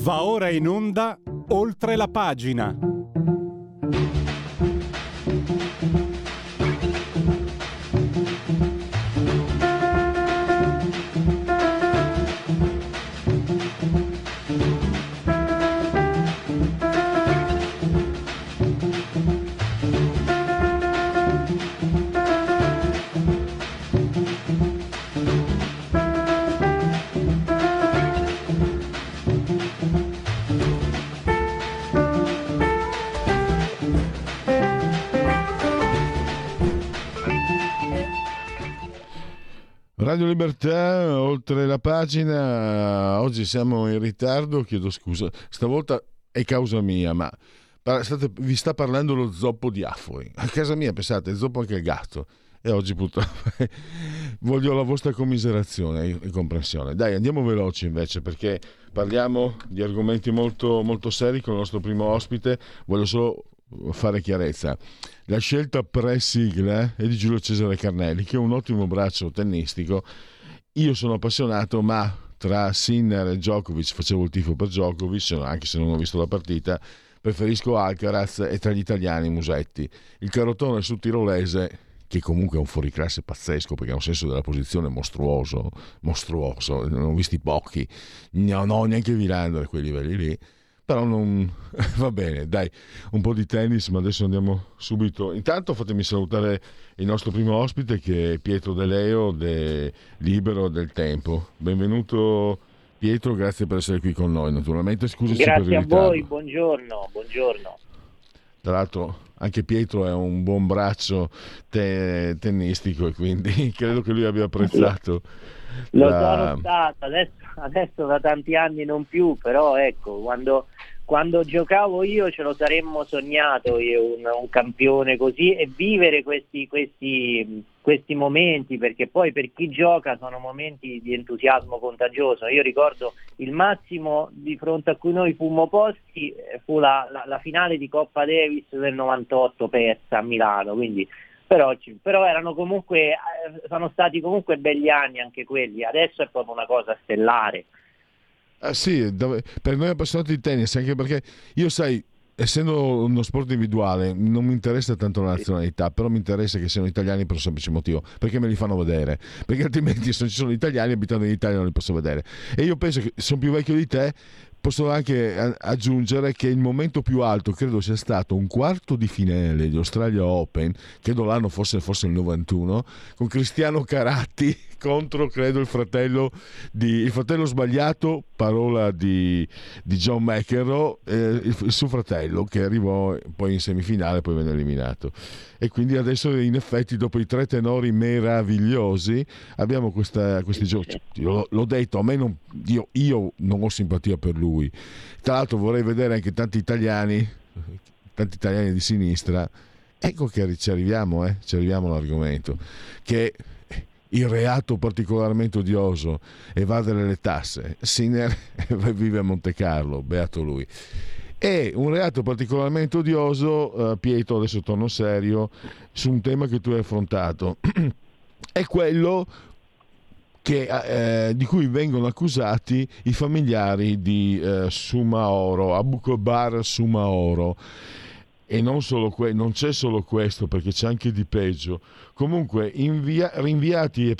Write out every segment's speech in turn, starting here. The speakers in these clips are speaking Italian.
Va ora in onda Oltre la pagina. Radio Libertà, oltre la pagina. Oggi siamo in ritardo, chiedo scusa, stavolta è causa mia, ma vi sta parlando lo zoppo di Afori. A casa mia, pensate, zoppo anche il gatto, e oggi purtroppo voglio la vostra commiserazione e comprensione. Dai, andiamo veloci invece, perché parliamo di argomenti molto, molto seri con il nostro primo ospite. Voglio solo fare chiarezza. La scelta pre-sigla è di Giulio Cesare Carnelli, che è un ottimo braccio tennistico. Io sono appassionato, ma tra Sinner e Djokovic facevo il tifo per Djokovic, anche se non ho visto la partita. Preferisco Alcaraz, e tra gli italiani Musetti. Il carotone sul tirolese, che comunque è un fuoriclasse pazzesco, perché ha un senso della posizione mostruoso, non ho visti pochi, no, neanche Vilander a quei livelli lì. Però non va bene, dai, un po' di tennis, ma adesso andiamo subito. Intanto fatemi salutare il nostro primo ospite, che è Pietro De Leo, Libero del Tempo. Benvenuto Pietro, grazie per essere qui con noi. Naturalmente scusaci per il ritardo. Grazie a voi, buongiorno. Tra l'altro anche Pietro è un buon braccio tennistico, e quindi credo che lui abbia apprezzato. Lo sono stato, adesso da tanti anni non più, però ecco, quando giocavo io ce lo saremmo sognato, io un campione così, e vivere questi momenti, perché poi per chi gioca sono momenti di entusiasmo contagioso. Io ricordo il massimo di fronte a cui noi fummo posti fu la finale di Coppa Davis del 98 persa a Milano, quindi però erano comunque, sono stati comunque belli anni anche quelli. Adesso è proprio una cosa stellare. Sì, per noi appassionati di tennis, anche perché io, sai, essendo uno sport individuale non mi interessa tanto la nazionalità, però mi interessa che siano italiani per un semplice motivo, perché me li fanno vedere, perché altrimenti se non ci sono italiani abitando in Italia non li posso vedere. E io penso che sono più vecchio di te. Posso anche aggiungere che il momento più alto credo sia stato un quarto di finale di Australia Open, credo l'anno fosse il 91, con Cristiano Caratti contro, credo, il fratello sbagliato, parola di John McEnroe, il suo fratello, che arrivò poi in semifinale, poi venne eliminato. E quindi adesso, in effetti, dopo i tre tenori meravigliosi, abbiamo questi giochi. L'ho detto, a me io non ho simpatia per lui. Tra l'altro vorrei vedere anche tanti italiani di sinistra. Ecco che ci arriviamo all'argomento, che il reato particolarmente odioso è evadere le tasse. Sinner vive a Monte Carlo, beato lui. E un reato particolarmente odioso, Pietro, adesso torno serio, su un tema che tu hai affrontato, è quello di cui vengono accusati i familiari di Soumahoro, Abubakar Soumahoro. E non c'è solo questo, perché c'è anche di peggio. Comunque rinviati a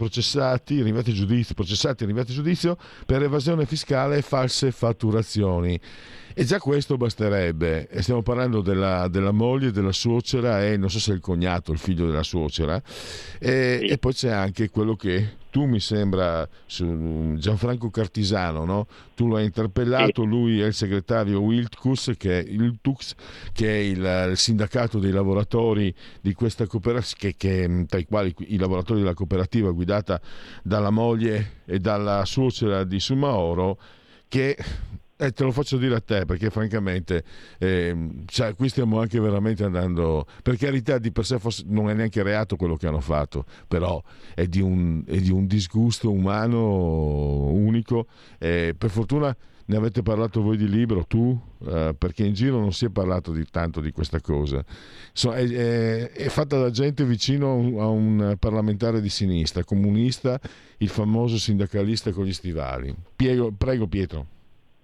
giudizio per evasione fiscale e false fatturazioni. E già questo basterebbe. E stiamo parlando della moglie, della suocera e non so se è il cognato, il figlio della suocera. E poi c'è anche quello che tu, mi sembra, Gianfranco Cartisano, no? Tu lo hai interpellato, lui è il segretario Iltux, che è il sindacato dei lavoratori di questa cooperativa, tra i quali i lavoratori della cooperativa guidata dalla moglie e dalla suocera di Soumahoro, che te lo faccio dire a te, perché francamente qui stiamo anche veramente andando, per carità, di per sé non è neanche reato quello che hanno fatto, però è di un disgusto umano unico. Per fortuna ne avete parlato voi di Libero, tu, perché in giro non si è parlato tanto di questa cosa. È fatta da gente vicino a un parlamentare di sinistra, comunista, il famoso sindacalista con gli stivali. Prego Pietro.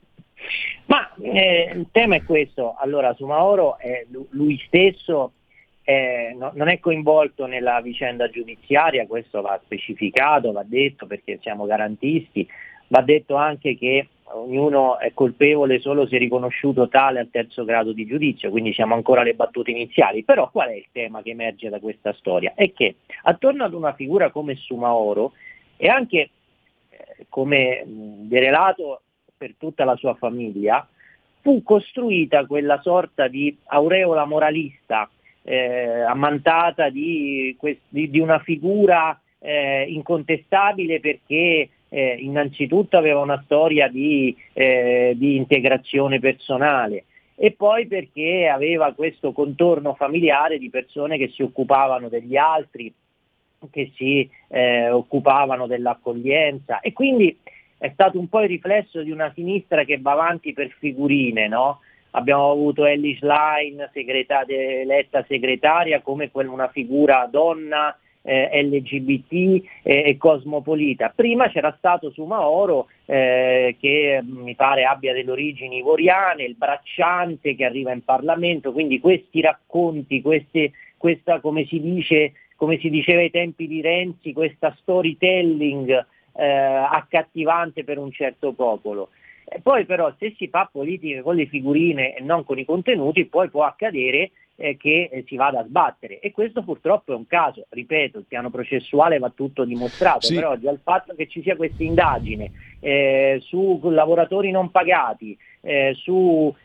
Ma il tema è questo. Allora, Soumahoro, lui stesso non è coinvolto nella vicenda giudiziaria, questo va specificato, va detto perché siamo garantisti, va detto anche che ognuno è colpevole solo se riconosciuto tale al terzo grado di giudizio, quindi siamo ancora alle battute iniziali. Però qual è il tema che emerge da questa storia? È che attorno ad una figura come Soumahoro e anche come derelato per tutta la sua famiglia, fu costruita quella sorta di aureola moralista ammantata di una figura incontestabile, perché innanzitutto aveva una storia di integrazione personale, e poi perché aveva questo contorno familiare di persone che si occupavano degli altri, che si occupavano dell'accoglienza, e quindi è stato un po' il riflesso di una sinistra che va avanti per figurine, no? Abbiamo avuto Elly Schlein, eletta segretaria, come una figura donna, LGBT e cosmopolita. Prima c'era stato Soumahoro, che mi pare abbia delle origini ivoriane, il bracciante che arriva in Parlamento, quindi questi racconti, questa come si diceva ai tempi di Renzi, questa storytelling accattivante per un certo popolo. Poi però, se si fa politica con le figurine e non con i contenuti, poi può accadere che si vada a sbattere, e questo purtroppo è un caso. Ripeto, il piano processuale va tutto dimostrato, sì. però già il fatto che ci sia questa indagine su lavoratori non pagati, su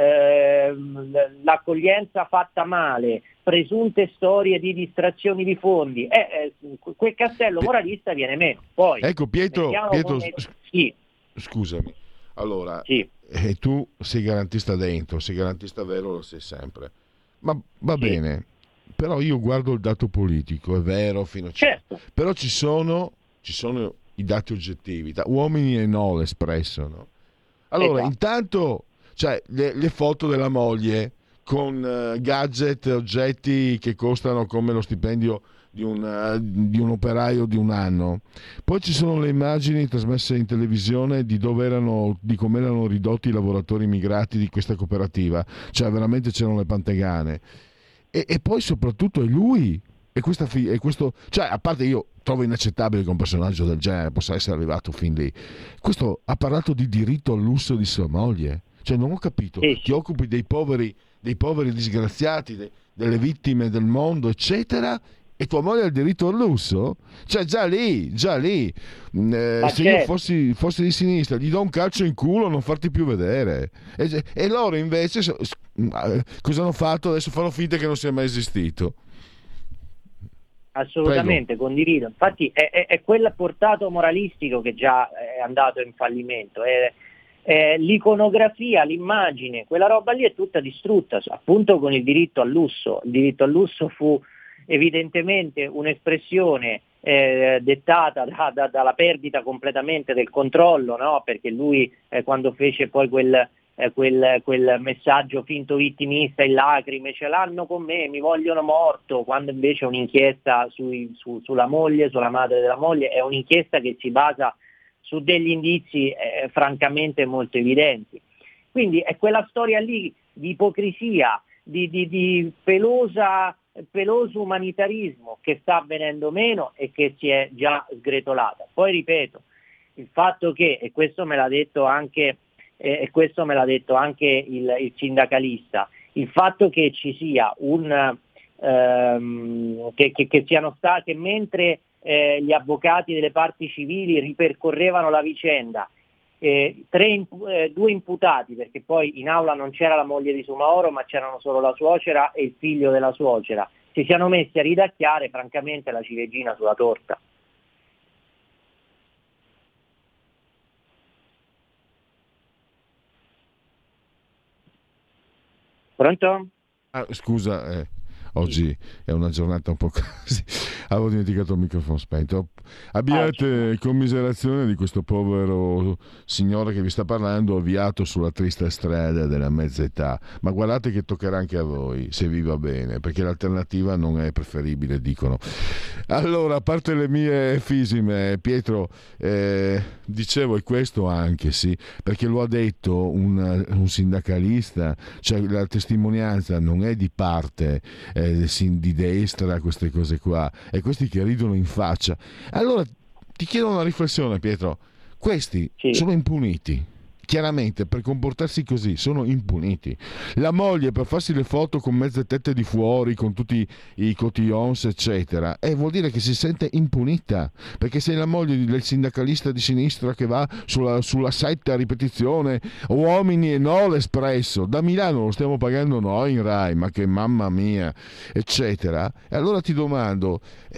l'accoglienza fatta male, presunte storie di distrazioni di fondi, quel castello moralista viene meno. Poi ecco, Pietro, sì. Scusami, allora, Sì. Tu sei garantista dentro, sei garantista vero, lo sei sempre, ma va bene, però io guardo il dato politico, è vero, fino a certo, però ci sono i dati oggettivi, uomini e no, l'Espresso, no? Allora, esatto. intanto, cioè, le foto della moglie con gadget, oggetti che costano come lo stipendio di un operaio di un anno. Poi ci sono le immagini trasmesse in televisione di di come erano ridotti i lavoratori immigrati di questa cooperativa, cioè veramente c'erano le pantegane. E poi soprattutto è lui. Questo, cioè, a parte, io trovo inaccettabile che un personaggio del genere possa essere arrivato fin lì. Questo ha parlato di diritto al lusso di sua moglie. Cioè, non ho capito. Ti occupi dei poveri disgraziati, delle vittime del mondo, eccetera, e tua moglie ha il diritto al lusso? Cioè, già lì, se io fossi di sinistra, gli do un calcio in culo, non farti più vedere. E loro invece cosa hanno fatto? Adesso fanno finta che non sia mai esistito. Assolutamente, Prego. condivido. Infatti è quel portato moralistico che già è andato in fallimento. L'iconografia, l'immagine, quella roba lì è tutta distrutta, appunto con il diritto al lusso. Il diritto al lusso fu evidentemente un'espressione dettata dalla perdita completamente del controllo, no? Perché lui quando fece poi quel messaggio finto vittimista in lacrime, ce l'hanno con me, mi vogliono morto, quando invece un'inchiesta sulla moglie, sulla madre della moglie, è un'inchiesta che si basa su degli indizi francamente molto evidenti. Quindi è quella storia lì di ipocrisia, di peloso umanitarismo che sta avvenendo meno e che si è già sgretolata. Poi ripeto, il fatto che, e questo me l'ha detto anche il sindacalista, il fatto che ci sia che siano state, mentre gli avvocati delle parti civili ripercorrevano la vicenda, due imputati, perché poi in aula non c'era la moglie di Soumahoro ma c'erano solo la suocera e il figlio della suocera, si siano messi a ridacchiare, francamente la ciliegina sulla torta. Pronto? Scusa, oggi è una giornata un po' così. Avevo dimenticato il microfono spento. Abbiate commiserazione di questo povero signore che vi sta parlando, avviato sulla triste strada della mezza età, ma guardate che toccherà anche a voi, se vi va bene, perché l'alternativa non è preferibile, dicono. Allora, a parte le mie fisime, Pietro, dicevo, e questo anche, sì, perché lo ha detto un sindacalista, cioè la testimonianza non è di parte di destra, queste cose qua, e questi che ridono in faccia. Allora ti chiedo una riflessione, Pietro. Questi sono impuniti, chiaramente, per comportarsi così sono impuniti. La moglie per farsi le foto con mezze tette di fuori, con tutti i cotillons eccetera, vuol dire che si sente impunita, perché se la moglie del sindacalista di sinistra che va sulla sette a ripetizione, uomini e no l'Espresso, da Milano lo stiamo pagando noi in Rai, ma che mamma mia, eccetera. E allora ti domando,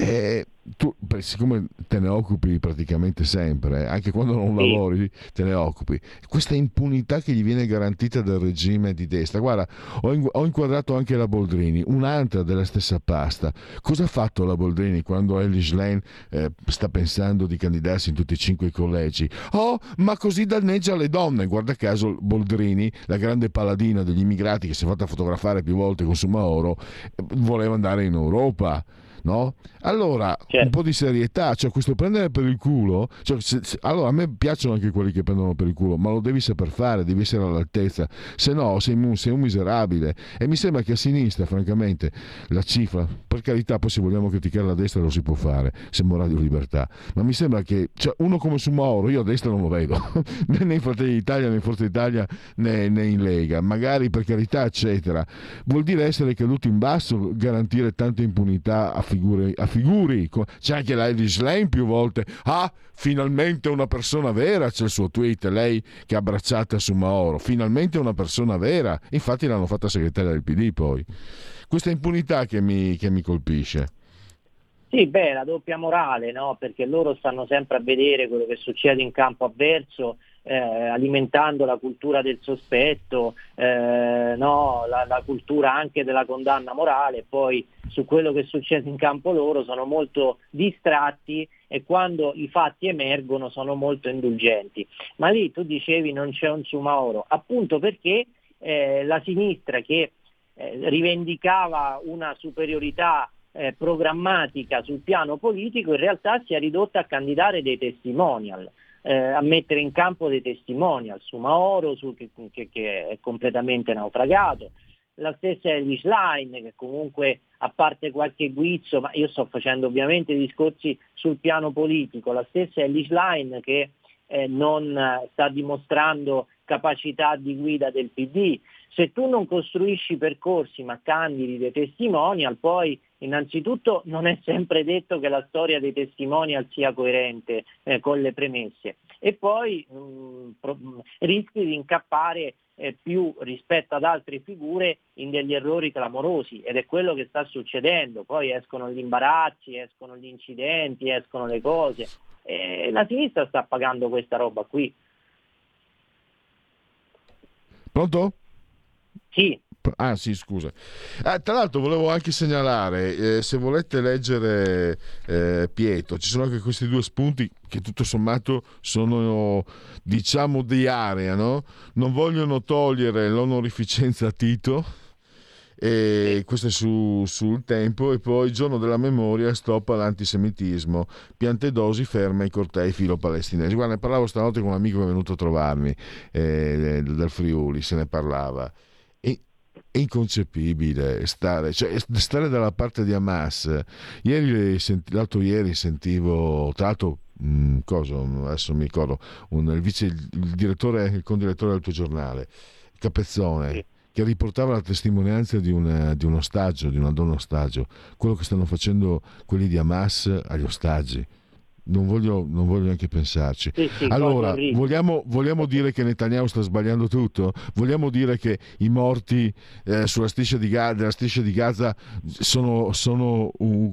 tu, siccome te ne occupi praticamente sempre, anche quando non lavori te ne occupi, questa impunità che gli viene garantita dal regime di destra. Guarda, ho inquadrato anche la Boldrini, un'altra della stessa pasta. Cosa ha fatto la Boldrini quando Ellis Lane sta pensando di candidarsi in tutti e 5 i collegi? Ma così danneggia le donne. Guarda caso Boldrini, la grande paladina degli immigrati che si è fatta fotografare più volte con Soumahoro, voleva andare in Europa, no? Allora, un po' di serietà, cioè questo prendere per il culo, cioè, allora a me piacciono anche quelli che prendono per il culo, ma lo devi saper fare, devi essere all'altezza, se no sei un miserabile. E mi sembra che a sinistra, francamente, la cifra, per carità, poi se vogliamo criticare la destra lo si può fare, siamo Radio Libertà, ma mi sembra che, cioè, uno come Soumahoro io a destra non lo vedo, né in Fratelli d'Italia, né in Forza Italia, né in Lega, magari per carità eccetera, vuol dire essere caduti in basso, garantire tanta impunità a figuri. C'è anche la Ellis Lane più volte, finalmente una persona vera, c'è il suo tweet, lei che ha abbracciata Soumahoro, finalmente una persona vera, infatti l'hanno fatta segretaria del PD. Poi questa impunità che mi colpisce. Sì, la doppia morale, no? Perché loro stanno sempre a vedere quello che succede in campo avverso, alimentando la cultura del sospetto, la cultura anche della condanna morale. Poi su quello che succede in campo loro sono molto distratti e quando i fatti emergono sono molto indulgenti. Ma lì tu dicevi non c'è un Soumahoro, appunto perché la sinistra che rivendicava una superiorità programmatica sul piano politico in realtà si è ridotta a candidare dei testimonial, a mettere in campo dei testimonial. Soumahoro che è completamente naufragato, la stessa Ellis Line che comunque, a parte qualche guizzo, ma io sto facendo ovviamente discorsi sul piano politico, la stessa Ellis Line che non sta dimostrando capacità di guida del PD. Se tu non costruisci percorsi ma candidi dei testimonial, poi innanzitutto non è sempre detto che la storia dei testimonial sia coerente con le premesse, e poi rischi di incappare più rispetto ad altre figure in degli errori clamorosi, ed è quello che sta succedendo. Poi escono gli imbarazzi, escono gli incidenti, escono le cose, e la sinistra sta pagando questa roba qui. Pronto? Sì. Sì, scusa. Tra l'altro volevo anche segnalare, se volete leggere Pietro, ci sono anche questi 2 spunti che tutto sommato sono, diciamo, di area, no? Non vogliono togliere l'onorificenza a Tito, e questo è sul Tempo, e poi Giorno della memoria, stop all'antisemitismo, Piantedosi ferma i cortei filo-palestinesi. Guarda, ne parlavo stanotte con un amico che è venuto a trovarmi dal Friuli, se ne parlava. È inconcepibile stare dalla parte di Hamas. L'altro ieri sentivo, tra l'altro, adesso mi ricordo, il condirettore del tuo giornale, Capezzone, che riportava la testimonianza di un ostaggio, di una donna ostaggio, quello che stanno facendo quelli di Hamas agli ostaggi. Non voglio neanche pensarci. Sì, allora, vogliamo dire che Netanyahu sta sbagliando tutto? Vogliamo dire che i morti della striscia di Gaza sono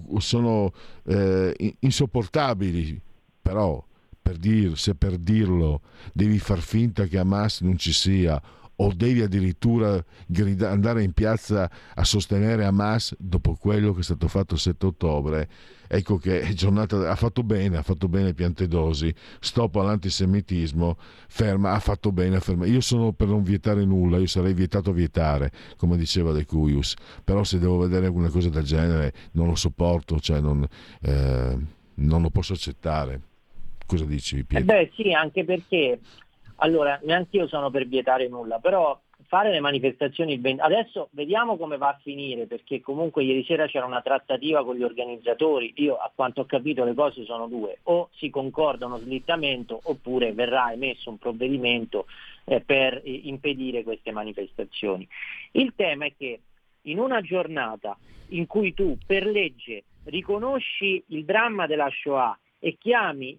insopportabili? Però, per dirlo, devi far finta che Hamas non ci sia, o devi addirittura andare in piazza a sostenere Hamas dopo quello che è stato fatto il 7 ottobre. Ecco che giornata ha fatto bene Piantedosi, stop all'antisemitismo, ferma, ha fatto bene a fermare. Io sono per non vietare nulla, io sarei vietato a vietare, come diceva De Cuius, però se devo vedere una cosa del genere non lo sopporto, cioè non lo posso accettare. Cosa dici, Pietro? Sì, anche perché allora neanche io sono per vietare nulla, però fare le manifestazioni adesso vediamo come va a finire, perché comunque ieri sera c'era una trattativa con gli organizzatori. Io, a quanto ho capito, le cose sono due: o si concorda uno slittamento oppure verrà emesso un provvedimento per impedire queste manifestazioni. Il tema è che in una giornata in cui tu per legge riconosci il dramma della Shoah e chiami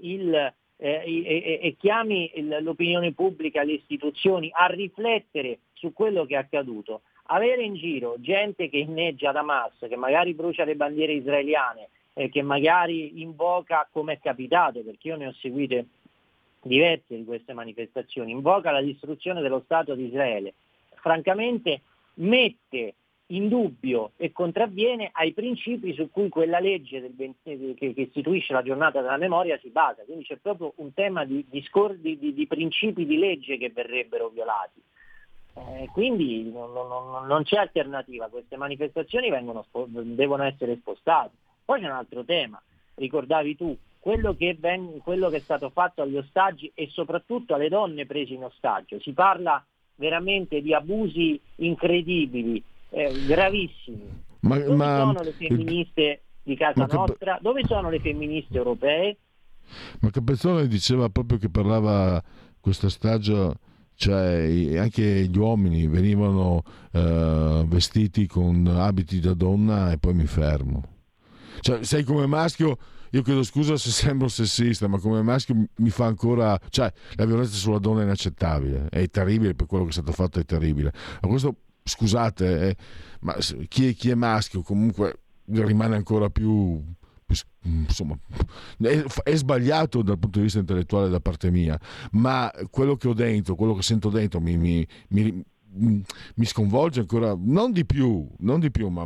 l'opinione pubblica, le istituzioni a riflettere su quello che è accaduto, avere in giro gente che inneggia ad Hamas, che magari brucia le bandiere israeliane, che magari invoca, come è capitato, perché io ne ho seguite diverse di queste manifestazioni, invoca la distruzione dello Stato di Israele, francamente mette in dubbio e contravviene ai principi su cui quella legge che istituisce la giornata della memoria si basa. Quindi c'è proprio un tema di principi di legge che verrebbero violati. Quindi non c'è alternativa, queste manifestazioni devono essere spostate. Poi c'è un altro tema, ricordavi tu, quello che è stato fatto agli ostaggi e soprattutto alle donne prese in ostaggio. Si parla veramente di abusi incredibili, gravissimi. Dove sono le femministe di casa nostra? Dove sono le femministe europee? Ma Capezzone diceva proprio che parlava questo ostaggio, cioè anche gli uomini venivano vestiti con abiti da donna e poi mi fermo. Cioè, sei come maschio, io chiedo scusa se sembro sessista, ma come maschio mi fa ancora, cioè la violenza sulla donna è inaccettabile, è terribile, per quello che è stato fatto è terribile. Ma questo, scusate, ma chi è maschio comunque rimane ancora più insomma, è sbagliato dal punto di vista intellettuale da parte mia, ma quello che ho dentro, quello che sento dentro mi sconvolge ancora, non di più, ma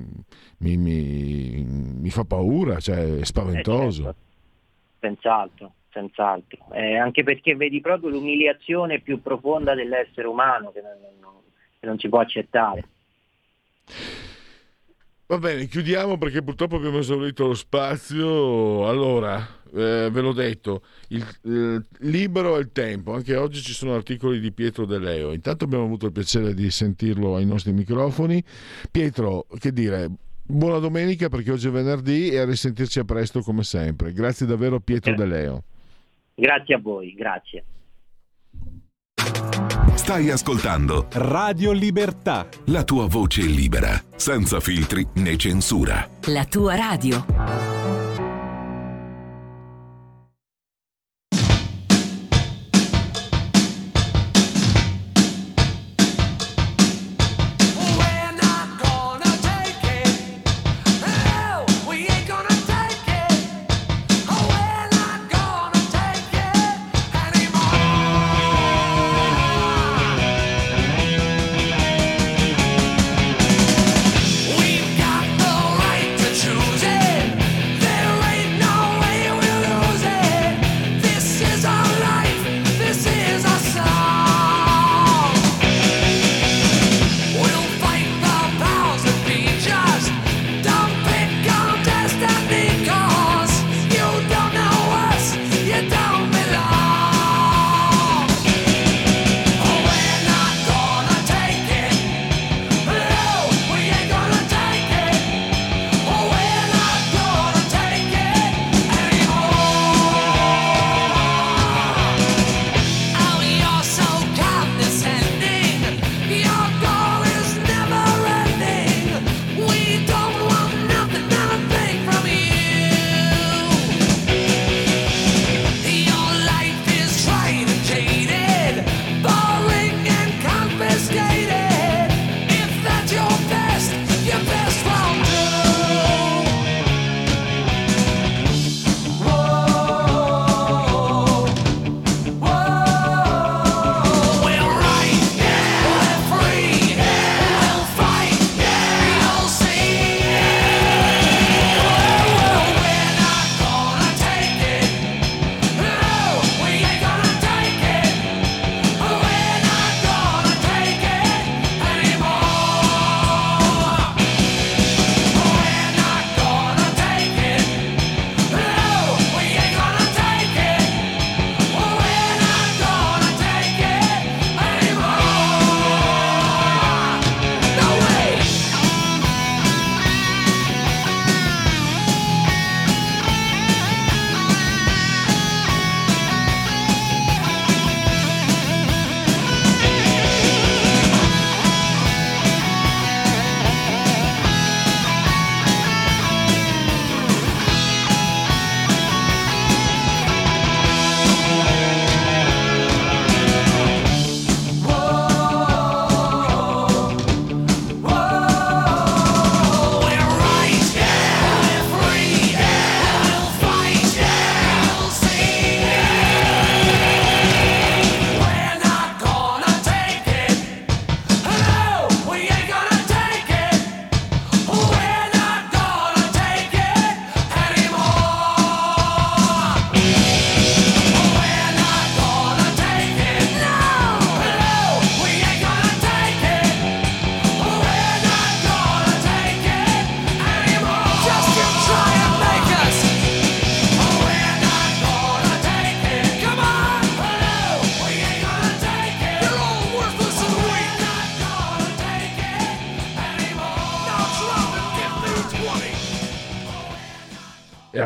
mi fa paura, cioè è spaventoso. Certo. Senz'altro. Anche perché vedi proprio l'umiliazione più profonda dell'essere umano che non si può accettare. Va bene, chiudiamo perché purtroppo abbiamo esaurito lo spazio. Allora, ve l'ho detto, il libro e il tempo. Anche oggi ci sono articoli di Pietro De Leo. Intanto abbiamo avuto il piacere di sentirlo ai nostri microfoni. Pietro, che dire, buona domenica perché oggi è venerdì e a risentirci a presto come sempre. Grazie davvero Pietro De Leo. Grazie a voi, grazie. Stai ascoltando Radio Libertà, la tua voce libera, senza filtri né censura. La tua radio. We've got the right to choose it.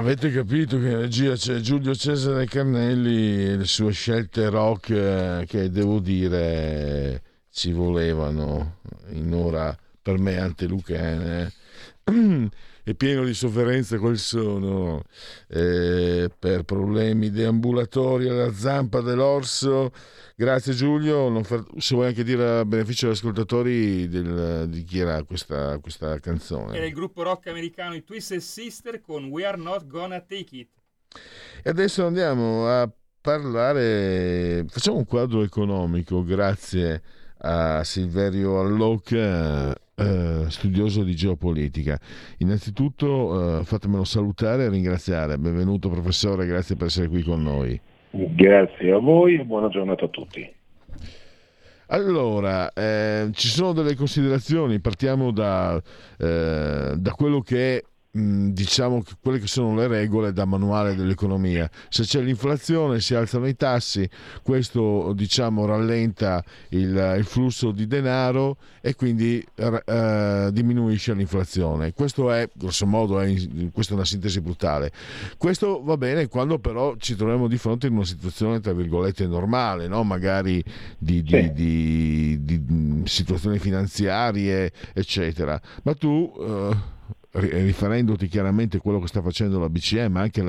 avete capito che in regia c'è Giulio Cesare Carnelli e le sue scelte rock che devo dire ci volevano in ora per me antelucane. È pieno di sofferenze quel sono, per problemi deambulatori alla zampa dell'orso. Grazie Giulio, se vuoi anche dire a beneficio degli ascoltatori di chi era questa canzone. Era il gruppo rock americano i Twisted Sister con We Are Not Gonna Take It. E adesso andiamo a parlare, facciamo un quadro economico grazie a Silverio Allocca, studioso di geopolitica. Innanzitutto fatemelo salutare e ringraziare. Benvenuto professore, grazie per essere qui con noi. Grazie a voi e buona giornata a tutti. Allora, ci sono delle considerazioni, partiamo da quello che è, diciamo, quelle che sono le regole da manuale dell'economia. Se c'è l'inflazione si alzano i tassi, questo diciamo rallenta il flusso di denaro e quindi diminuisce l'inflazione. Questo è, grosso modo, questa è una sintesi brutale. Questo va bene quando però ci troviamo di fronte in una situazione tra virgolette normale, no? Magari di situazioni finanziarie eccetera, ma tu riferendoti chiaramente a quello che sta facendo la BCE, ma anche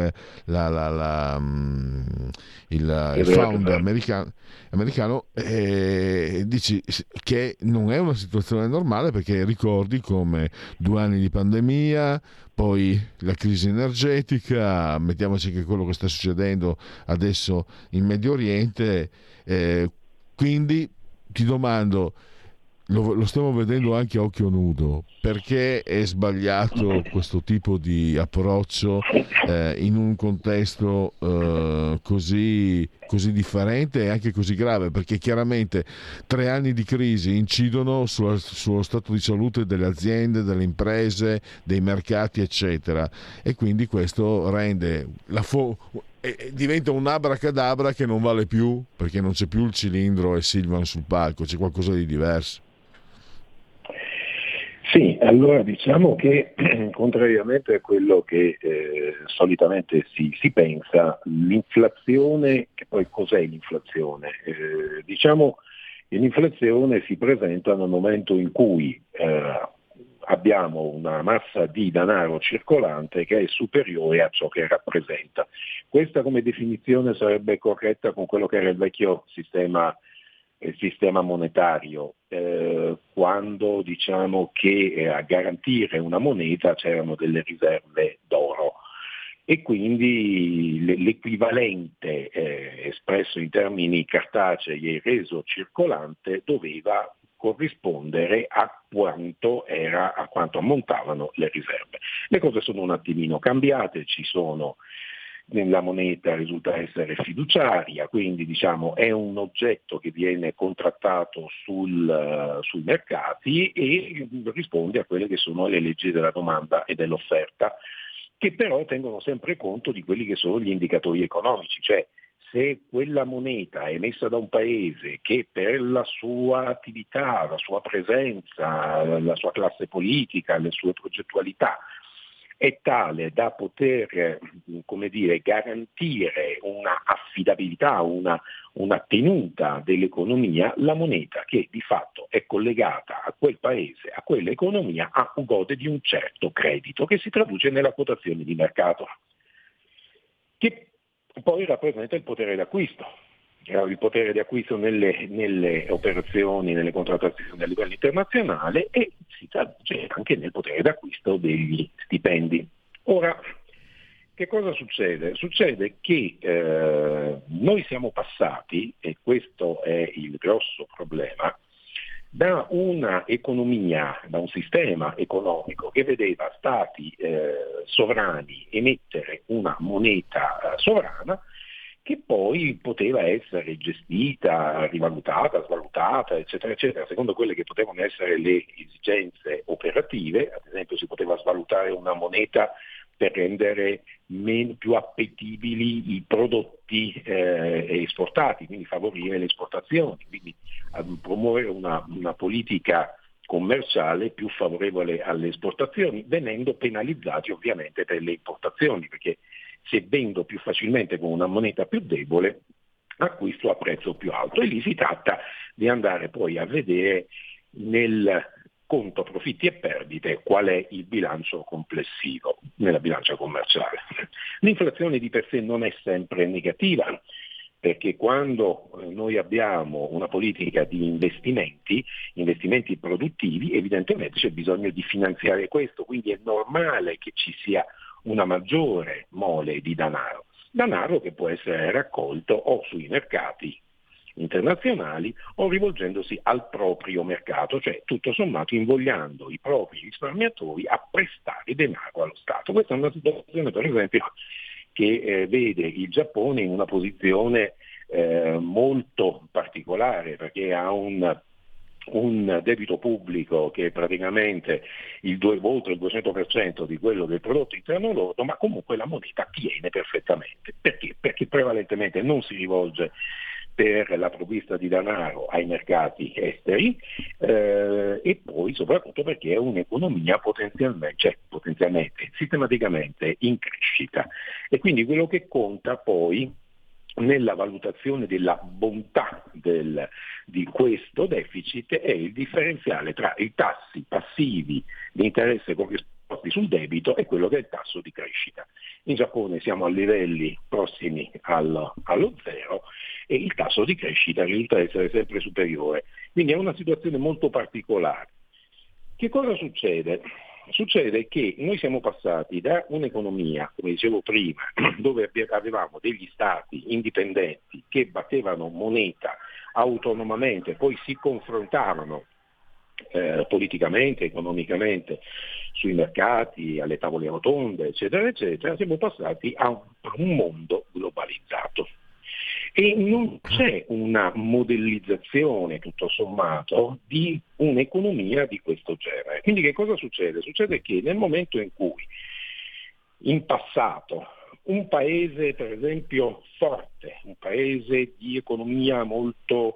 il fund americano, dici che non è una situazione normale, perché ricordi come 2 anni di pandemia, poi la crisi energetica, mettiamoci anche quello che sta succedendo adesso in Medio Oriente, quindi ti domando, lo stiamo vedendo anche a occhio nudo, perché è sbagliato questo tipo di approccio in un contesto così differente e anche così grave, perché chiaramente 3 anni di crisi incidono sullo stato di salute delle aziende, delle imprese, dei mercati eccetera, e quindi questo rende diventa un abracadabra che non vale più, perché non c'è più il cilindro e Silvan sul palco, c'è qualcosa di diverso. Sì, allora diciamo che contrariamente a quello che solitamente si pensa, l'inflazione, che poi cos'è l'inflazione? Diciamo che l'inflazione si presenta nel momento in cui abbiamo una massa di denaro circolante che è superiore a ciò che rappresenta. Questa come definizione sarebbe corretta con quello che era il vecchio sistema monetario, quando diciamo che a garantire una moneta c'erano delle riserve d'oro e quindi l'equivalente espresso in termini cartacei e reso circolante doveva corrispondere a quanto ammontavano le riserve. Le cose sono un attimino cambiate, la moneta risulta essere fiduciaria, quindi diciamo è un oggetto che viene contrattato sui mercati e risponde a quelle che sono le leggi della domanda e dell'offerta, che però tengono sempre conto di quelli che sono gli indicatori economici, cioè se quella moneta è emessa da un paese che per la sua attività, la sua presenza, la sua classe politica, le sue progettualità è tale da poter, come dire, garantire una affidabilità, una tenuta dell'economia, la moneta che di fatto è collegata a quel paese, a quell'economia, gode di un certo credito che si traduce nella quotazione di mercato, che poi rappresenta il potere d'acquisto. Il potere di acquisto nelle operazioni, nelle contrattazioni a livello internazionale, e si traduce anche nel potere d'acquisto degli stipendi. Ora, che cosa succede? Succede che noi siamo passati, e questo è il grosso problema, da una economia, da un sistema economico che vedeva stati sovrani emettere una moneta sovrana, che poi poteva essere gestita, rivalutata, svalutata, eccetera, eccetera, secondo quelle che potevano essere le esigenze operative. Ad esempio si poteva svalutare una moneta per rendere più appetibili i prodotti esportati, quindi favorire le esportazioni, quindi promuovere una politica commerciale più favorevole alle esportazioni, venendo penalizzati ovviamente per le importazioni, perché se vendo più facilmente con una moneta più debole acquisto a prezzo più alto, e lì si tratta di andare poi a vedere nel conto profitti e perdite qual è il bilancio complessivo nella bilancia commerciale. L'inflazione di per sé non è sempre negativa, perché quando noi abbiamo una politica di investimenti produttivi, evidentemente c'è bisogno di finanziare questo, quindi è normale che ci sia una maggiore mole di denaro che può essere raccolto o sui mercati internazionali o rivolgendosi al proprio mercato, cioè tutto sommato invogliando i propri risparmiatori a prestare denaro allo Stato. Questa è una situazione, per esempio, che vede il Giappone in una posizione molto particolare, perché ha un debito pubblico che è praticamente oltre il 200% di quello del prodotto interno lordo, ma comunque la moneta tiene perfettamente. Perché? Perché prevalentemente non si rivolge per la provvista di denaro ai mercati esteri e poi soprattutto perché è un'economia potenzialmente, sistematicamente in crescita, e quindi quello che conta poi nella valutazione della bontà di questo deficit è il differenziale tra i tassi passivi di interesse corrisposti sul debito e quello che è il tasso di crescita. In Giappone siamo a livelli prossimi allo zero e il tasso di crescita risulta essere sempre superiore, quindi è una situazione molto particolare. Che cosa succede? Succede che noi siamo passati da un'economia, come dicevo prima, dove avevamo degli stati indipendenti che battevano moneta autonomamente, poi si confrontavano politicamente, economicamente sui mercati, alle tavole rotonde, eccetera, eccetera, siamo passati a un mondo globalizzato. E non c'è una modellizzazione, tutto sommato, di un'economia di questo genere. Quindi che cosa succede? Succede che nel momento in cui in passato un paese, per esempio, forte, un paese di economia molto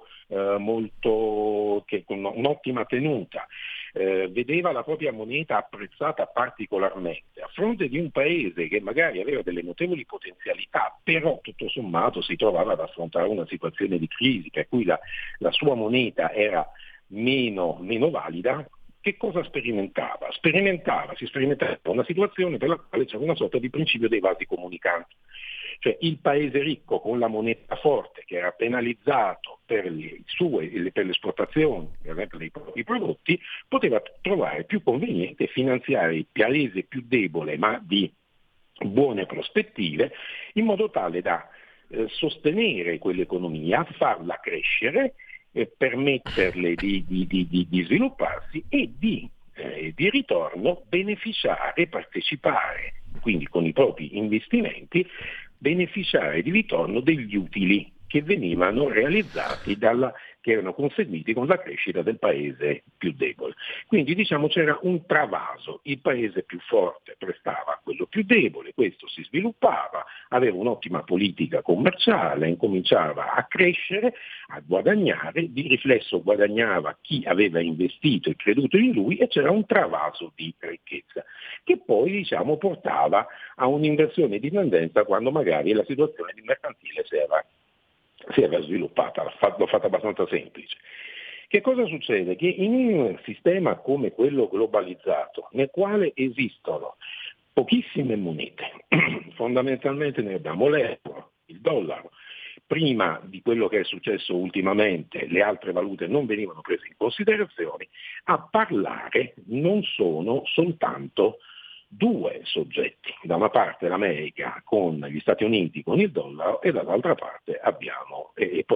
con un'ottima tenuta, vedeva la propria moneta apprezzata particolarmente, a fronte di un paese che magari aveva delle notevoli potenzialità, però tutto sommato si trovava ad affrontare una situazione di crisi, per cui la sua moneta era meno valida. Che cosa sperimentava? Si sperimentava una situazione per la quale c'era una sorta di principio dei vasi comunicanti. Cioè il paese ricco con la moneta forte, che era penalizzato per l'esportazione per esempio dei propri prodotti, poteva trovare più conveniente finanziare il paese più debole ma di buone prospettive, in modo tale da sostenere quell'economia, farla crescere, permetterle di svilupparsi e di ritorno beneficiare, partecipare, quindi con i propri investimenti, beneficiare di ritorno degli utili che venivano realizzati che erano conseguiti con la crescita del paese più debole. Quindi c'era un travaso, il paese più forte prestava a quello più debole, questo si sviluppava, aveva un'ottima politica commerciale, incominciava a crescere, a guadagnare, di riflesso guadagnava chi aveva investito e creduto in lui, e c'era un travaso di ricchezza che poi portava a un'inversione di tendenza quando magari la situazione di mercantile si era sviluppata. L'ho fatta abbastanza semplice. Che cosa succede? Che in un sistema come quello globalizzato, nel quale esistono pochissime monete, fondamentalmente ne abbiamo l'euro, il dollaro, prima di quello che è successo ultimamente le altre valute non venivano prese in considerazione, a parlare non sono soltanto due soggetti, da una parte l'America con gli Stati Uniti con il dollaro e dall'altra parte abbiamo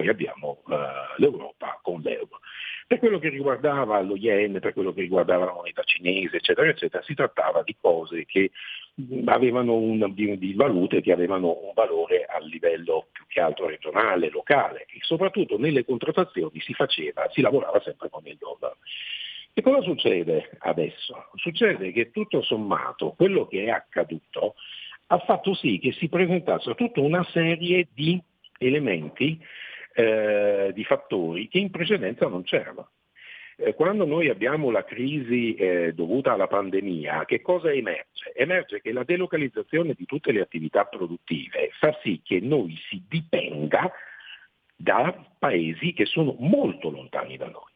l'Europa con l'euro. Per quello che riguardava lo yen, per quello che riguardava la moneta cinese, eccetera, eccetera, si trattava di cose che avevano di valute che avevano un valore a livello più che altro regionale, locale, e soprattutto nelle contrattazioni si lavorava sempre con il dollaro. Che cosa succede adesso? Succede che tutto sommato quello che è accaduto ha fatto sì che si presentasse tutta una serie di elementi, di fattori che in precedenza non c'erano. quando noi abbiamo la crisi dovuta alla pandemia, che cosa emerge? Emerge che la delocalizzazione di tutte le attività produttive fa sì che noi si dipenda da paesi che sono molto lontani da noi.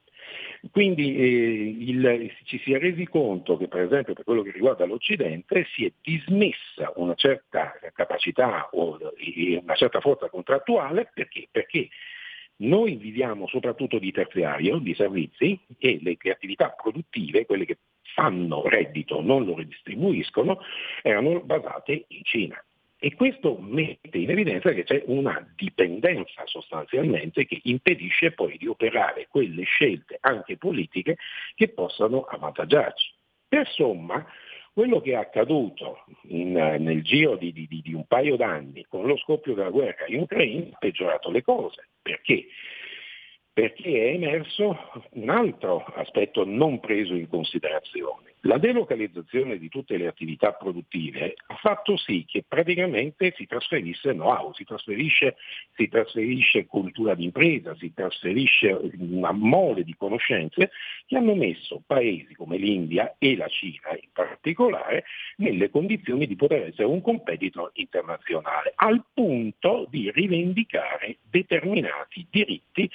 Quindi ci si è resi conto che, per esempio, per quello che riguarda l'Occidente, si è dismessa una certa capacità e una certa forza contrattuale. Perché noi viviamo soprattutto di terziario, di servizi, e le attività produttive, quelle che fanno reddito, non lo redistribuiscono, erano basate in Cina. E questo mette in evidenza che c'è una dipendenza sostanzialmente che impedisce poi di operare quelle scelte anche politiche che possano avvantaggiarci. Per somma, quello che è accaduto nel giro di un paio d'anni con lo scoppio della guerra in Ucraina ha peggiorato le cose. Perché? Perché è emerso un altro aspetto non preso in considerazione. La delocalizzazione di tutte le attività produttive ha fatto sì che praticamente si trasferisse know-how, si trasferisce cultura d'impresa, si trasferisce una mole di conoscenze che hanno messo paesi come l'India e la Cina in particolare nelle condizioni di poter essere un competitor internazionale, al punto di rivendicare determinati diritti,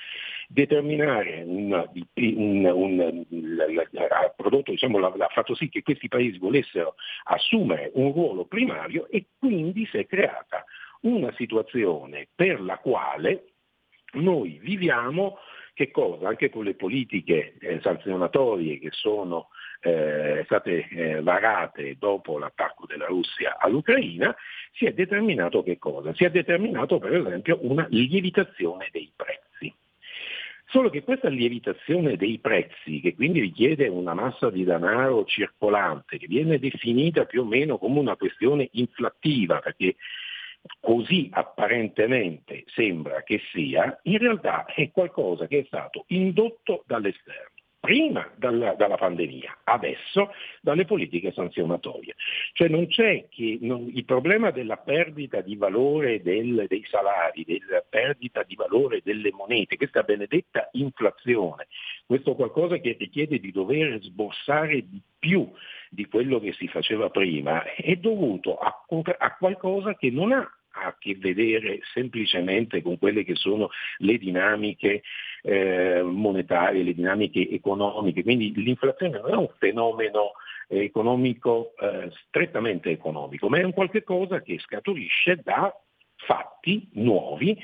ha prodotto, ha fatto sì che questi paesi volessero assumere un ruolo primario, e quindi si è creata una situazione per la quale noi viviamo, che cosa? Anche con le politiche sanzionatorie che sono state varate dopo l'attacco della Russia all'Ucraina, si è determinato che cosa? Si è determinato per esempio una lievitazione dei prezzi. Solo che questa lievitazione dei prezzi, che quindi richiede una massa di denaro circolante, che viene definita più o meno come una questione inflattiva, perché così apparentemente sembra che sia, in realtà è qualcosa che è stato indotto dall'esterno. Prima dalla pandemia, adesso dalle politiche sanzionatorie. Cioè il problema della perdita di valore dei salari, della perdita di valore delle monete, questa benedetta inflazione, questo qualcosa che richiede di dover sborsare di più di quello che si faceva prima, è dovuto a qualcosa che non ha a che vedere semplicemente con quelle che sono le dinamiche monetarie, le dinamiche economiche. Quindi l'inflazione non è un fenomeno economico strettamente economico, ma è un qualche cosa che scaturisce da fatti nuovi,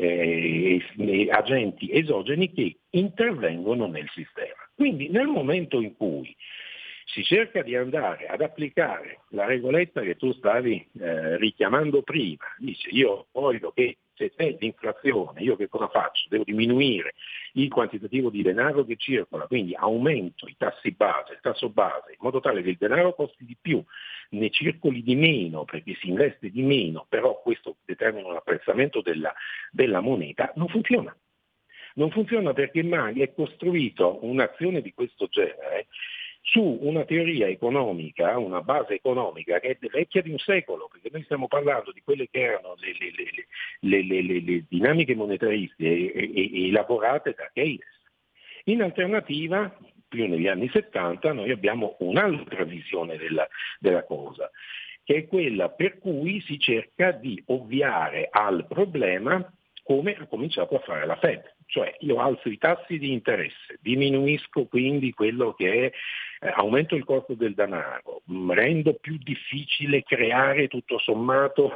agenti esogeni che intervengono nel sistema. Quindi nel momento in cui si cerca di andare ad applicare la regoletta che tu stavi richiamando prima, dice io voglio che se c'è l'inflazione, io che cosa faccio? Devo diminuire il quantitativo di denaro che circola, quindi aumento i tassi base, il tasso base, in modo tale che il denaro costi di più, ne circoli di meno perché si investe di meno, però questo determina un apprezzamento della moneta, non funziona. Non funziona perché mai è costruito un'azione di questo genere su una teoria economica, una base economica che è vecchia di un secolo, perché noi stiamo parlando di quelle che erano le dinamiche monetariste elaborate da Keynes. In alternativa, più negli anni 70, noi abbiamo un'altra visione della cosa, che è quella per cui si cerca di ovviare al problema come ha cominciato a fare la Fed. Cioè io alzo i tassi di interesse, diminuisco quindi quello che è, aumento il costo del denaro, rendo più difficile creare tutto sommato,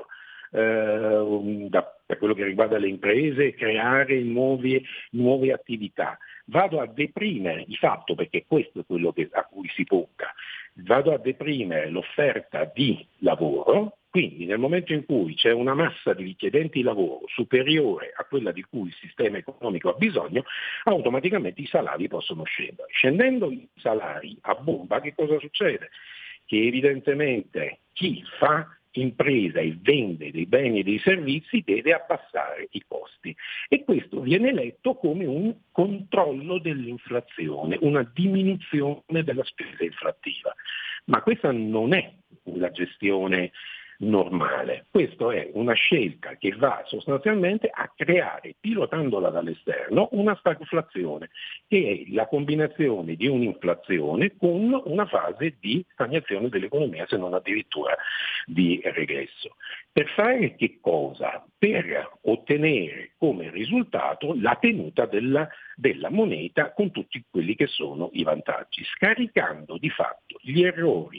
per quello che riguarda le imprese, creare nuove attività. Vado a deprimere di fatto, perché questo è quello a cui si punta, vado a deprimere l'offerta di lavoro. Quindi nel momento in cui c'è una massa di richiedenti lavoro superiore a quella di cui il sistema economico ha bisogno, automaticamente i salari possono scendere. Scendendo i salari a bomba, che cosa succede? Che evidentemente chi fa impresa e vende dei beni e dei servizi deve abbassare i costi, e questo viene letto come un controllo dell'inflazione, una diminuzione della spesa inflattiva. Ma questa non è la gestione normale. Questa è una scelta che va sostanzialmente a creare, pilotandola dall'esterno, una stagflazione, che è la combinazione di un'inflazione con una fase di stagnazione dell'economia, se non addirittura di regresso. Per fare che cosa? Per ottenere come risultato la tenuta della moneta con tutti quelli che sono i vantaggi, scaricando di fatto gli errori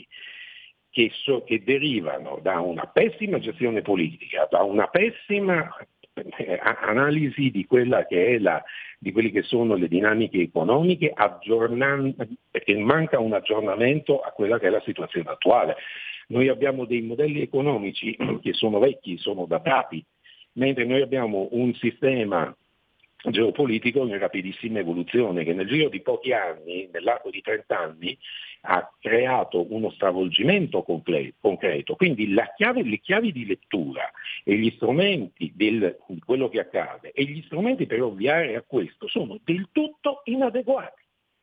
che derivano da una pessima gestione politica, da una pessima analisi di quella che è di quelle che sono le dinamiche economiche, perché manca un aggiornamento a quella che è la situazione attuale. Noi abbiamo dei modelli economici che sono vecchi, sono datati, mentre noi abbiamo un sistema geopolitico in rapidissima evoluzione che nel giro di pochi anni, nell'arco di 30 anni, ha creato uno stravolgimento concreto. Quindi le chiavi di lettura e gli strumenti di quello che accade e gli strumenti per ovviare a questo sono del tutto inadeguati.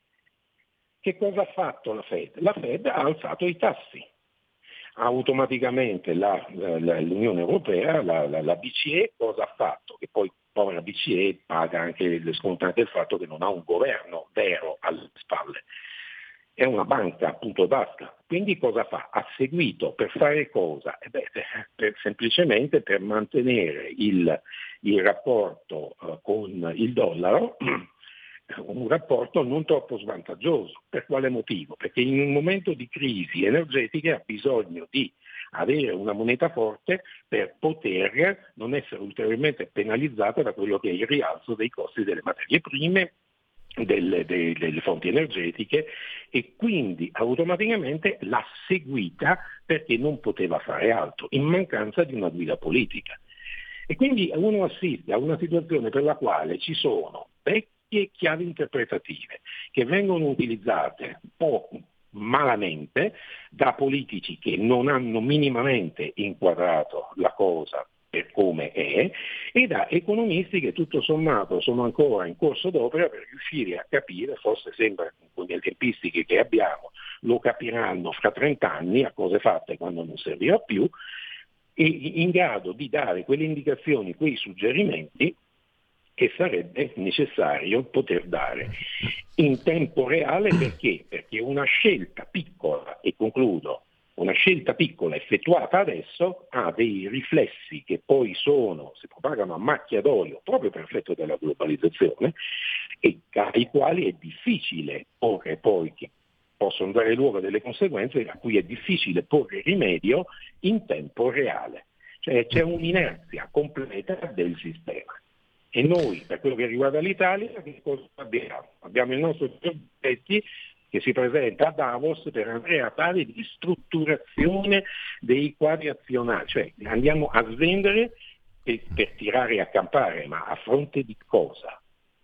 Che cosa ha fatto la Fed? La Fed ha alzato i tassi. Automaticamente l'Unione Europea, la BCE, cosa ha fatto? Che poi povera BCE paga anche sconta anche il fatto che non ha un governo vero alle spalle. È una banca, punto e basta. Quindi cosa fa? Ha seguito per fare cosa? Semplicemente per mantenere il rapporto con il dollaro, un rapporto non troppo svantaggioso. Per quale motivo? Perché in un momento di crisi energetica ha bisogno di avere una moneta forte per poter non essere ulteriormente penalizzata da quello che è il rialzo dei costi delle materie prime, delle fonti energetiche, e quindi automaticamente l'ha seguita perché non poteva fare altro, in mancanza di una guida politica. E quindi uno assiste a una situazione per la quale ci sono vecchie chiavi interpretative che vengono utilizzate un po' malamente da politici che non hanno minimamente inquadrato la cosa per come è, e da economisti che tutto sommato sono ancora in corso d'opera per riuscire a capire, forse sembra con le tempistiche che abbiamo, lo capiranno fra 30 anni a cose fatte quando non servirà più, e in grado di dare quelle indicazioni, quei suggerimenti che sarebbe necessario poter dare in tempo reale. Perché? Perché una scelta piccola, e concludo, una scelta piccola effettuata adesso ha dei riflessi che poi si propagano a macchia d'olio proprio per effetto della globalizzazione, e ai quali è difficile porre poi, che possono dare luogo a delle conseguenze a cui è difficile porre rimedio in tempo reale. Cioè c'è un'inerzia completa del sistema. E noi, per quello che riguarda l'Italia, che cosa abbiamo? Abbiamo il nostro Giorgetti che si presenta a Davos per andare a fare di strutturazione dei quadri azionari, cioè andiamo a svendere per tirare e accampare, ma a fronte di cosa?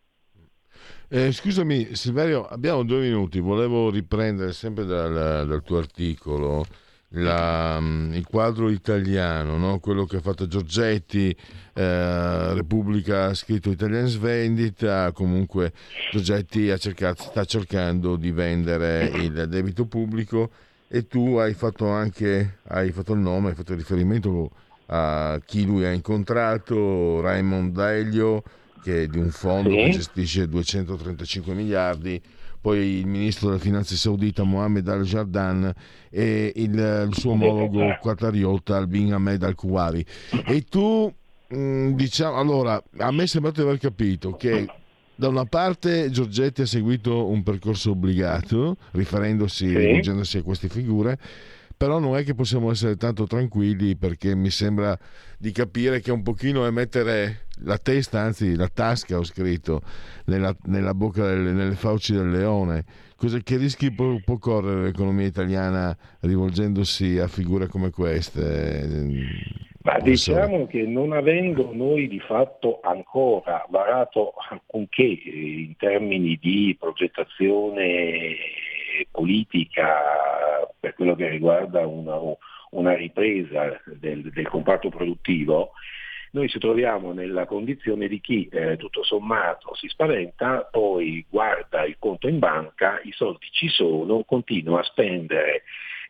Scusami Silverio, abbiamo 2 minuti, volevo riprendere sempre dal tuo articolo il quadro italiano, no? Quello che ha fatto Giorgetti, Repubblica ha scritto Italian Svendita, comunque Giorgetti sta cercando di vendere il debito pubblico, e tu hai fatto il nome, hai fatto riferimento a chi lui ha incontrato, Raymond Delio, che è di un fondo che gestisce 235 miliardi, poi il ministro delle finanze saudita Mohammed Al-Jardaan e il suo omologo qatariota Bin Ahmed Al-Kuwari. E tu, diciamo, allora, a me è sembrato di aver capito che da una parte Giorgetti ha seguito un percorso obbligato, rivolgendosi a queste figure, però non è che possiamo essere tanto tranquilli, perché mi sembra di capire che un pochino è mettere la testa, anzi la tasca, ho scritto, nella bocca, nelle fauci del leone. Che rischi può correre l'economia italiana rivolgendosi a figure come queste? Ma diciamo che non avendo noi di fatto ancora varato alcunché in termini di progettazione politica per quello che riguarda una ripresa del comparto produttivo, noi ci troviamo nella condizione di chi tutto sommato si spaventa, poi guarda il conto in banca, i soldi ci sono, continua a spendere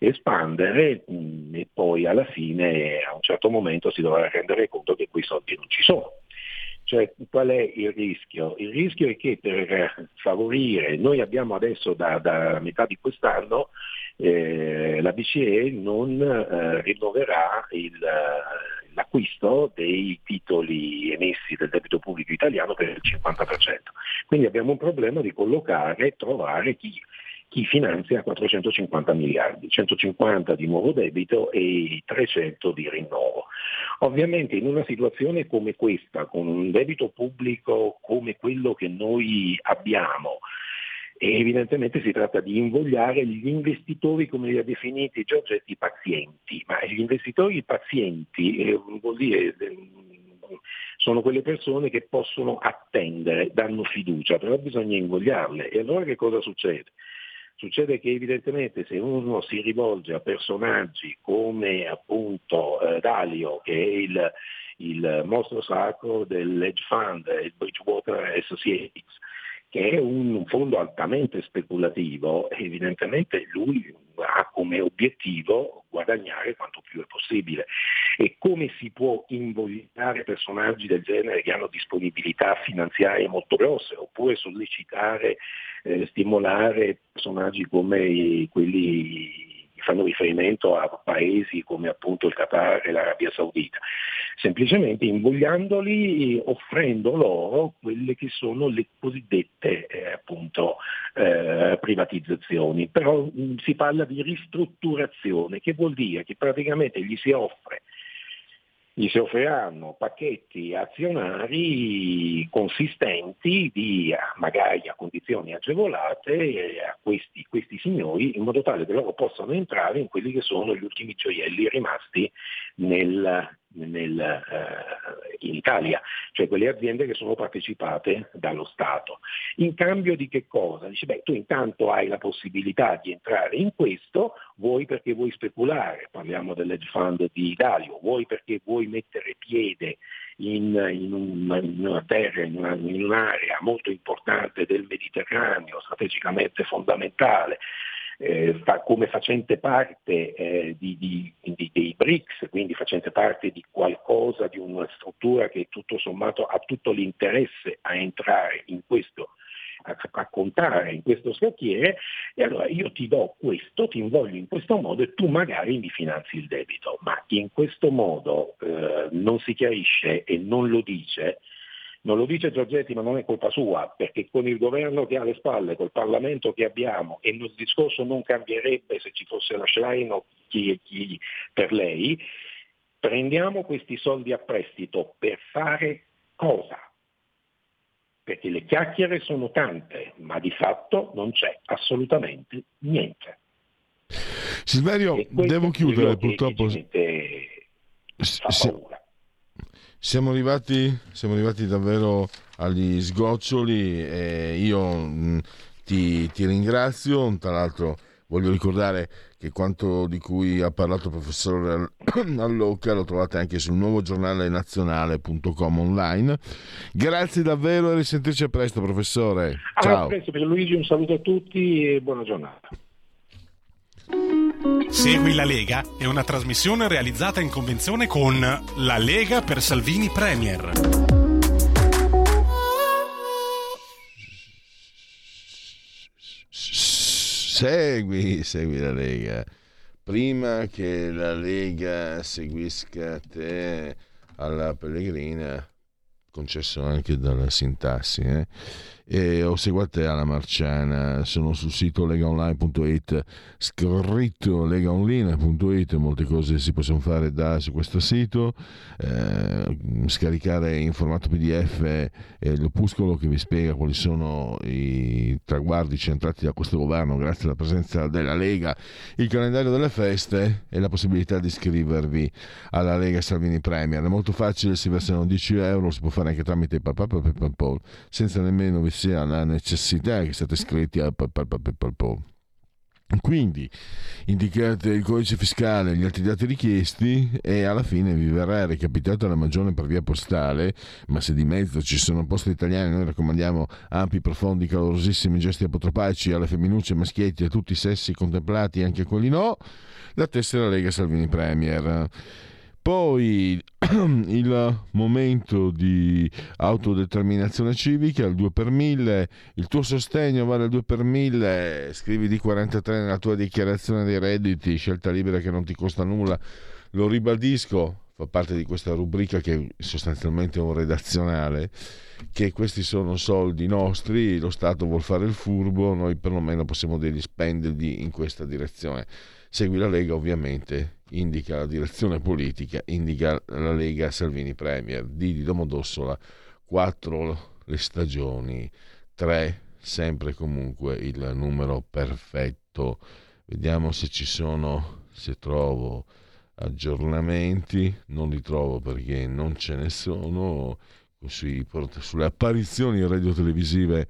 espandere e poi alla fine a un certo momento si dovrà rendere conto che quei soldi non ci sono. Cioè, qual è il rischio? Il rischio è che per favorire, noi abbiamo adesso da metà di quest'anno la BCE non rinnoverà l'acquisto dei titoli emessi del debito pubblico italiano per il 50%. Quindi abbiamo un problema di trovare chi finanzia 450 miliardi, 150 di nuovo debito e 300 di rinnovo. Ovviamente in una situazione come questa, con un debito pubblico come quello che noi abbiamo, evidentemente si tratta di invogliare gli investitori, come li ha definiti Giorgetti, pazienti, ma gli investitori pazienti vuol dire sono quelle persone che possono attendere, danno fiducia, però bisogna invogliarle. E allora che cosa succede? Succede che evidentemente se uno si rivolge a personaggi come appunto Dalio, che è il mostro sacro del hedge fund, il Bridgewater Associates, che è un fondo altamente speculativo, evidentemente lui ha come obiettivo guadagnare quanto più è possibile. E come si può invogliare personaggi del genere che hanno disponibilità finanziarie molto grosse, oppure sollecitare, stimolare personaggi come quelli che fanno riferimento a paesi come appunto il Qatar e l'Arabia Saudita? Semplicemente invogliandoli, offrendo loro quelle che sono le cosiddette privatizzazioni. Però si parla di ristrutturazione, che vuol dire che praticamente gli si offriranno pacchetti azionari consistenti magari a condizioni agevolate a questi signori, in modo tale che loro possano entrare in quelli che sono gli ultimi gioielli rimasti in Italia, cioè quelle aziende che sono partecipate dallo Stato. In cambio di che cosa? Dice, tu intanto hai la possibilità di entrare in questo, vuoi perché vuoi speculare, parliamo dell'hedge fund di Dalio, vuoi perché vuoi mettere piede in una terra, in un'area molto importante del Mediterraneo, strategicamente fondamentale, come facente parte dei BRICS, quindi facente parte di qualcosa, di una struttura che tutto sommato ha tutto l'interesse a entrare in questo, a contare in questo scacchiere, e allora io ti do questo, ti invoglio in questo modo e tu magari mi finanzi il debito. Ma in questo modo non si chiarisce e non lo dice Giorgetti, ma non è colpa sua, perché con il governo che ha alle spalle, col Parlamento che abbiamo, e il discorso non cambierebbe se ci fosse la Schlein o chi per lei, prendiamo questi soldi a prestito per fare cosa? Perché le chiacchiere sono tante, ma di fatto non c'è assolutamente niente. Silverio, devo chiudere purtroppo. Siamo arrivati davvero agli sgoccioli e io ti ringrazio. Tra l'altro voglio ricordare che quanto di cui ha parlato il professore Allocca lo trovate anche sul nuovo giornale nazionale.com online. Grazie davvero e risentirci a presto, professore. Ciao. A presto, Luigi, un saluto a tutti e buona giornata. Segui la Lega è una trasmissione realizzata in convenzione con La Lega per Salvini Premier. Segui la Lega. Prima che la Lega seguisca te alla Pellegrina, concesso anche dalla sintassi, o seguate alla Marciana. Sono sul sito legaonline.it, scritto legaonline.it. Molte cose si possono fare su questo sito, scaricare in formato PDF l'opuscolo che vi spiega quali sono i traguardi centrati da questo governo grazie alla presenza della Lega, il calendario delle feste e la possibilità di iscrivervi alla Lega Salvini Premier. È molto facile, si versano 10 euro, si può fare anche tramite PayPal, senza nemmeno vi sia la necessità che siate iscritti a PayPal. Quindi indicate il codice fiscale e gli altri dati richiesti e alla fine vi verrà recapitata la magione per via postale, ma se di mezzo ci sono posti italiani noi raccomandiamo ampi, profondi, calorosissimi gesti apotropaici alle femminucce, maschietti, a tutti i sessi contemplati, anche quelli no, la tessera Lega Salvini Premier. Poi il momento di autodeterminazione civica, il 2 per 1000, il tuo sostegno vale il 2 per 1000, scrivi D43 nella tua dichiarazione dei redditi, scelta libera che non ti costa nulla, lo ribadisco, fa parte di questa rubrica che è sostanzialmente un redazionale, che questi sono soldi nostri, lo Stato vuol fare il furbo, noi perlomeno possiamo spenderli in questa direzione. Segui la Lega, ovviamente indica la direzione politica, indica la Lega Salvini Premier. D di Domodossola, 4 le stagioni, 3 sempre comunque il numero perfetto. Vediamo se ci sono, se trovo aggiornamenti, non li trovo perché non ce ne sono sulle apparizioni radiotelevisive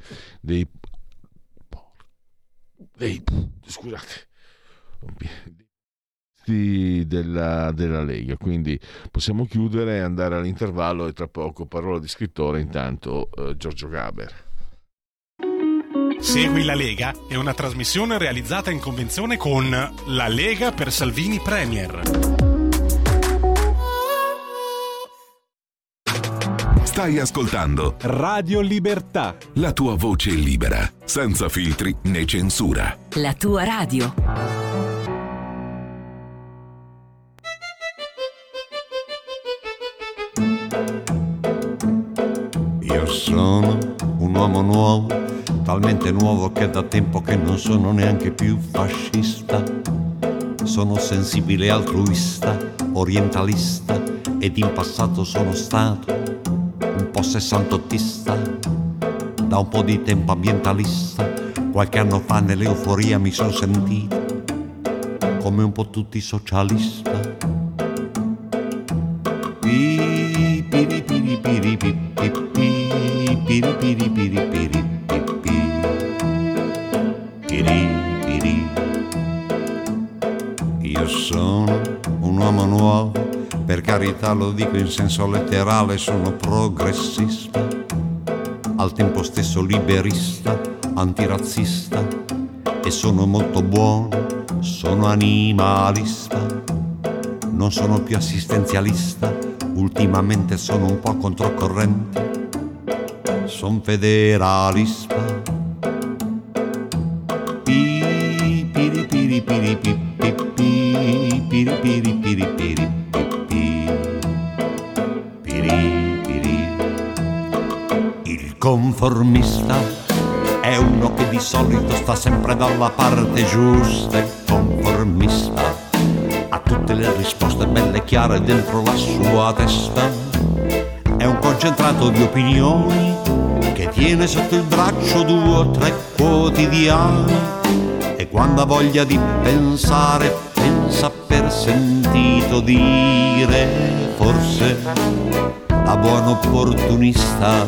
della Lega. Quindi possiamo chiudere e andare all'intervallo e tra poco parola di scrittore, intanto Giorgio Gaber. Segui la Lega è una trasmissione realizzata in convenzione con La Lega per Salvini Premier. Stai ascoltando Radio Libertà, la tua voce libera, senza filtri né censura. La tua radio. Io sono un uomo nuovo, talmente nuovo che da tempo che non sono neanche più fascista. Sono sensibile e altruista, orientalista, ed in passato sono stato un po' sessantottista, da un po' di tempo ambientalista. Qualche anno fa nell'euforia mi son sentito come un po' tutti socialista. Piri piri piri piri piri piri piri piri piri piri. Io sono un uomo nuovo, per carità lo dico in senso letterale, sono progressista, al tempo stesso liberista, antirazzista, e sono molto buono, sono animalista, non sono più assistenzialista, ultimamente sono un po' controcorrente, son federalista. Piri piri piri piri piri piri piri piri piri. Il conformista è uno che di solito sta sempre dalla parte giusta. Il conformista ha tutte le risposte belle chiare dentro la sua testa. È un concentrato di opinioni che tiene sotto il braccio 2 o 3 quotidiani, e quando ha voglia di pensare pensa per sentito dire, forse da buon opportunista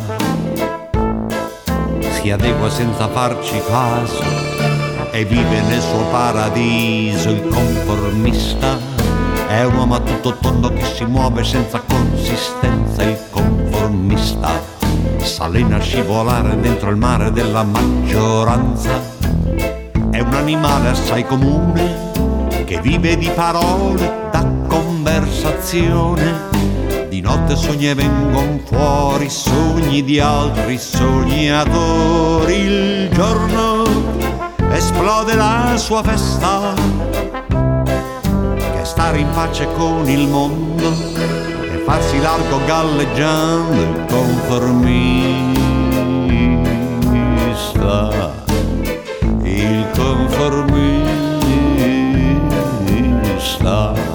si adegua senza farci caso e vive nel suo paradiso. Il conformista è un uomo a tutto tondo che si muove senza consistenza. Il conformista s'allena a scivolare dentro il mare della maggioranza. È un animale assai comune che vive di parole, da conversazione. Di notte sogni e vengono fuori sogni di altri sognatori. Il giorno esplode la sua festa, che è stare in pace con il mondo e farsi largo galleggiando. Il conformista, il conformista.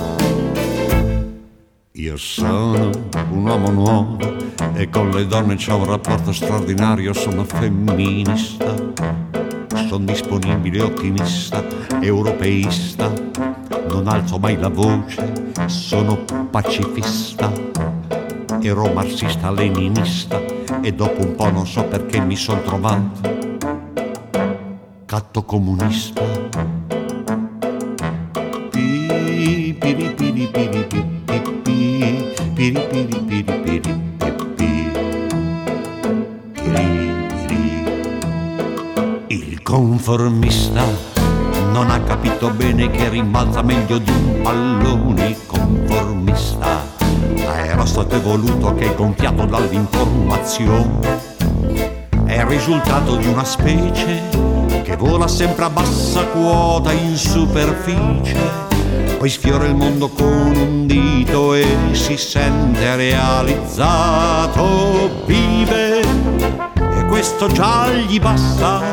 Io sono un uomo nuovo e con le donne c'ho un rapporto straordinario. Sono femminista, sono disponibile, ottimista, europeista, non alzo mai la voce, sono pacifista, ero marxista, leninista, e dopo un po' non so perché mi son trovato catto comunista. piri piri piri piri piri piri piri piri. Il conformista non ha capito bene che rimbalza meglio di un pallone. Conformista era stato evoluto che è gonfiato dall'informazione. È il risultato di una specie che vola sempre a bassa quota in superficie, poi sfiora il mondo con un dito e si sente realizzato. Vive e questo già gli basta,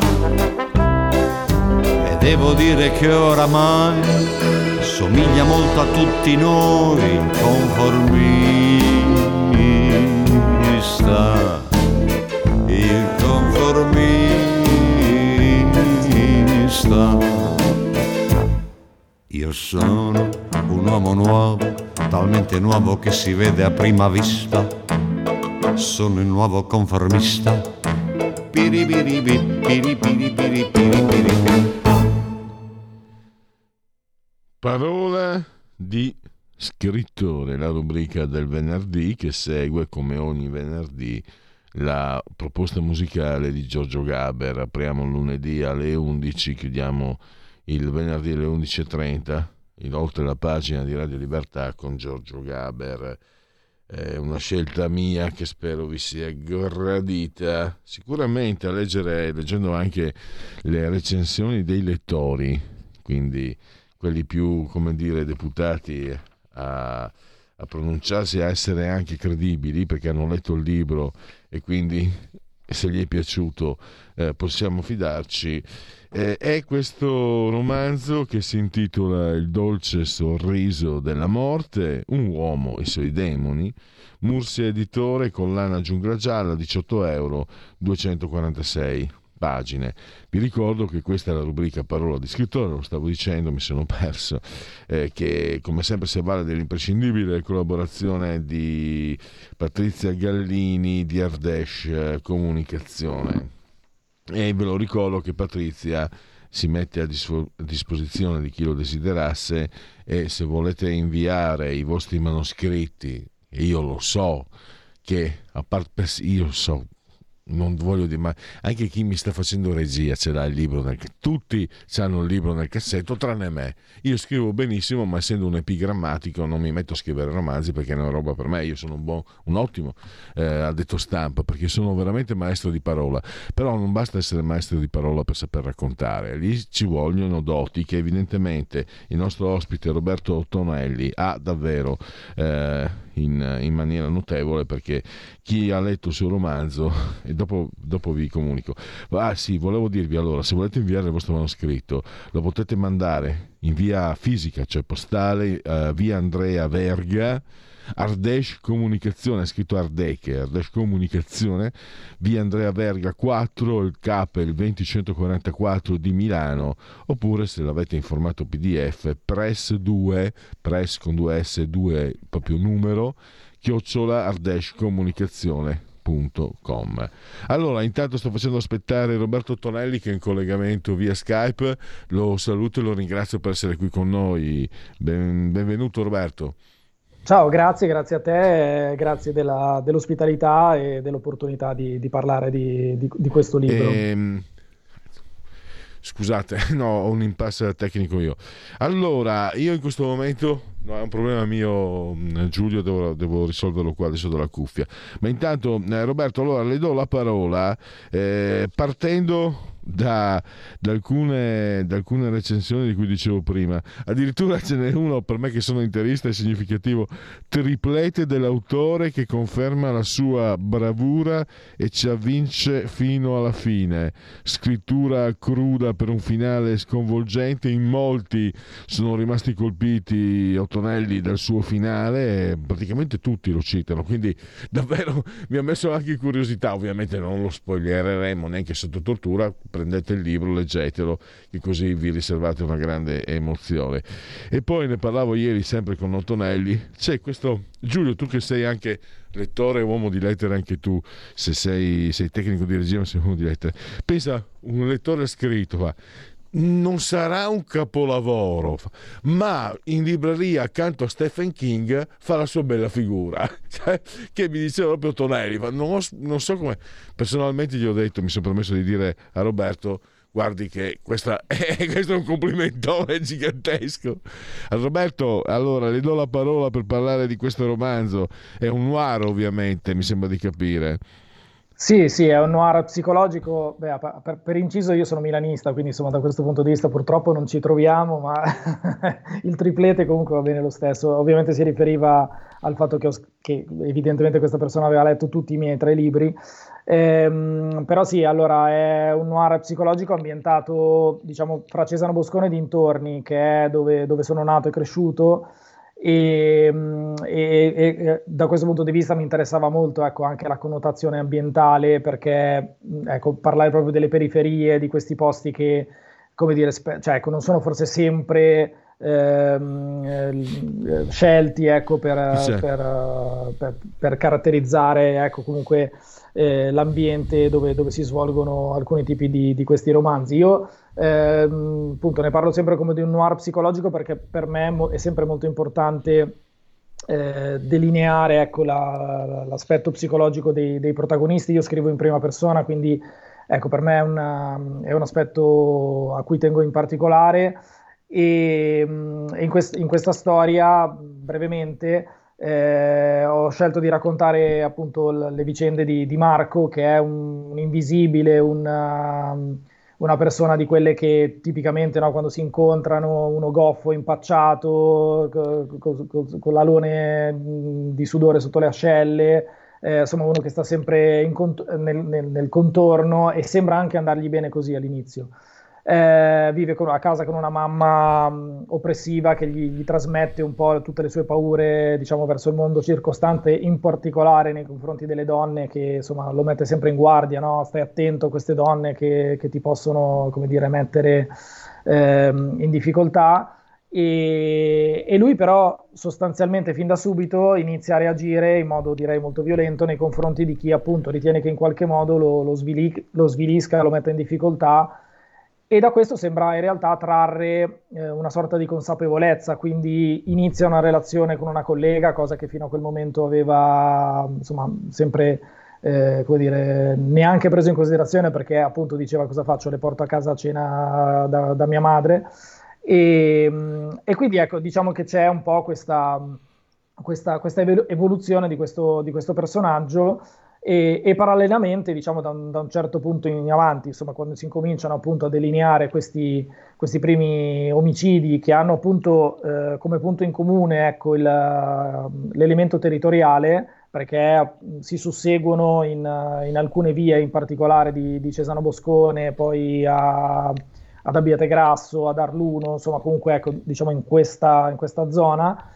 e devo dire che oramai somiglia molto a tutti noi. Il conformista, il conformista. Io sono un uomo nuovo, talmente nuovo che si vede a prima vista. Sono il nuovo conformista. Piribiribi, piribiri, piribiri. Parola di scrittore, la rubrica del venerdì che segue come ogni venerdì la proposta musicale di Giorgio Gaber. Apriamo lunedì alle 11, chiudiamo il venerdì alle 11:30, inoltre la pagina di Radio Libertà con Giorgio Gaber. È una scelta mia che spero vi sia gradita. Sicuramente leggendo anche le recensioni dei lettori, quindi quelli più, come dire, deputati a pronunciarsi, a essere anche credibili perché hanno letto il libro e quindi se gli è piaciuto possiamo fidarci. È questo romanzo che si intitola Il dolce sorriso della morte, un uomo e i suoi demoni. Mursia Editore, collana Giungla Gialla, 18 euro, 246 pagine. Vi ricordo che questa è la rubrica Parola di scrittore, lo stavo dicendo, mi sono perso, che come sempre si avvale dell'imprescindibile collaborazione di Patrizia Gallini di Ardesh Comunicazione. E ve lo ricordo che Patrizia si mette a disposizione di chi lo desiderasse, e se volete inviare i vostri manoscritti, e io lo so che io so, non voglio dire, ma anche chi mi sta facendo regia ce l'ha il libro tutti hanno il libro nel cassetto tranne me. Io scrivo benissimo, ma essendo un epigrammatico non mi metto a scrivere romanzi perché è una roba per me. Io sono un ottimo addetto stampa perché sono veramente maestro di parola, però non basta essere maestro di parola per saper raccontare, lì ci vogliono doti che evidentemente il nostro ospite Roberto Tonelli ha davvero in maniera notevole, perché chi ha letto il suo romanzo, e dopo vi comunico. Sì, volevo dirvi, allora, se volete inviare il vostro manoscritto lo potete mandare in via fisica, cioè postale, via Andrea Verga, Ardesh Comunicazione, scritto Ardeche, Ardesh Comunicazione, via Andrea Verga 4, il CAP è il 20144 di Milano, oppure se l'avete in formato PDF, press con 2 S, 2 proprio numero, @ardeshcomunicazione.com. Allora, intanto sto facendo aspettare Roberto Tonelli che è in collegamento via Skype, lo saluto e lo ringrazio per essere qui con noi. Benvenuto Roberto. Ciao, grazie a te, grazie dell'ospitalità e dell'opportunità di parlare di questo libro. Scusate, no, ho un impasse tecnico io. Allora, io in questo momento, no, è un problema mio, Giulio, devo risolverlo qua adesso dalla cuffia. Ma intanto, Roberto, allora le do la parola partendo da alcune recensioni di cui dicevo prima. Addirittura ce n'è uno per me che sono interista, è significativo: triplete dell'autore che conferma la sua bravura e ci avvince fino alla fine, scrittura cruda per un finale sconvolgente. In molti sono rimasti colpiti, Tonelli, dal suo finale, e praticamente tutti lo citano, quindi davvero mi ha messo anche curiosità. Ovviamente non lo spoilereremo neanche sotto tortura, prendete il libro, leggetelo, che così vi riservate una grande emozione. E poi ne parlavo ieri sempre con Tonelli, c'è questo Giulio, tu che sei anche lettore, uomo di lettere anche tu, se sei tecnico di regia, sei uomo di lettere, pensa, un lettore ha scritto non sarà un capolavoro, ma in libreria accanto a Stephen King fa la sua bella figura. Che mi diceva proprio Tonelli, non so come. Personalmente gli ho detto, mi sono permesso di dire a Roberto: guardi che questo è un complimentone gigantesco. A Roberto, allora le do la parola per parlare di questo romanzo. È un noir, ovviamente, mi sembra di capire. Sì, sì, è un noir psicologico. Beh, per inciso io sono milanista, quindi insomma da questo punto di vista purtroppo non ci troviamo, ma il triplete comunque va bene lo stesso. Ovviamente si riferiva al fatto che evidentemente questa persona aveva letto tutti i miei 3 libri, però sì, allora è un noir psicologico ambientato, diciamo, fra Cesano Boscone e dintorni, che è dove sono nato e cresciuto. E da questo punto di vista mi interessava molto, ecco, anche la connotazione ambientale, perché ecco, parlare proprio delle periferie, di questi posti che, come dire, cioè, ecco, non sono forse sempre scelti, ecco, per caratterizzare, ecco, comunque l'ambiente dove si svolgono alcuni tipi di questi romanzi. Io appunto ne parlo sempre come di un noir psicologico, perché per me è sempre molto importante delineare, ecco, l'aspetto psicologico dei protagonisti. Io scrivo in prima persona, quindi ecco, per me è un aspetto a cui tengo in particolare, e in questa storia, brevemente, ho scelto di raccontare appunto le vicende di Marco, che è un invisibile, una persona di quelle che tipicamente, no, quando si incontrano, uno goffo impacciato con l'alone di sudore sotto le ascelle, insomma uno che sta sempre nel contorno, e sembra anche andargli bene così all'inizio. Vive a casa con una mamma oppressiva che gli trasmette un po' tutte le sue paure, diciamo, verso il mondo circostante, in particolare nei confronti delle donne, che insomma lo mette sempre in guardia, no? Stai attento a queste donne che ti possono, come dire, mettere in difficoltà. E lui però sostanzialmente fin da subito inizia a reagire in modo, direi, molto violento nei confronti di chi appunto ritiene che in qualche modo lo svilisca, lo metta in difficoltà. E da questo sembra in realtà trarre una sorta di consapevolezza, quindi inizia una relazione con una collega, cosa che fino a quel momento aveva, insomma, sempre, come dire, neanche preso in considerazione, perché appunto diceva: cosa faccio? Le porto a casa a cena da mia madre. E quindi ecco, diciamo che c'è un po' questa evoluzione di questo personaggio. E parallelamente, diciamo, da un certo punto in avanti, insomma, quando si incominciano appunto a delineare questi primi omicidi, che hanno appunto come punto in comune, ecco, l'elemento territoriale, perché si susseguono in alcune vie, in particolare di Cesano Boscone, poi ad Abbiategrasso, ad Arluno, insomma, comunque, ecco, diciamo, in questa zona.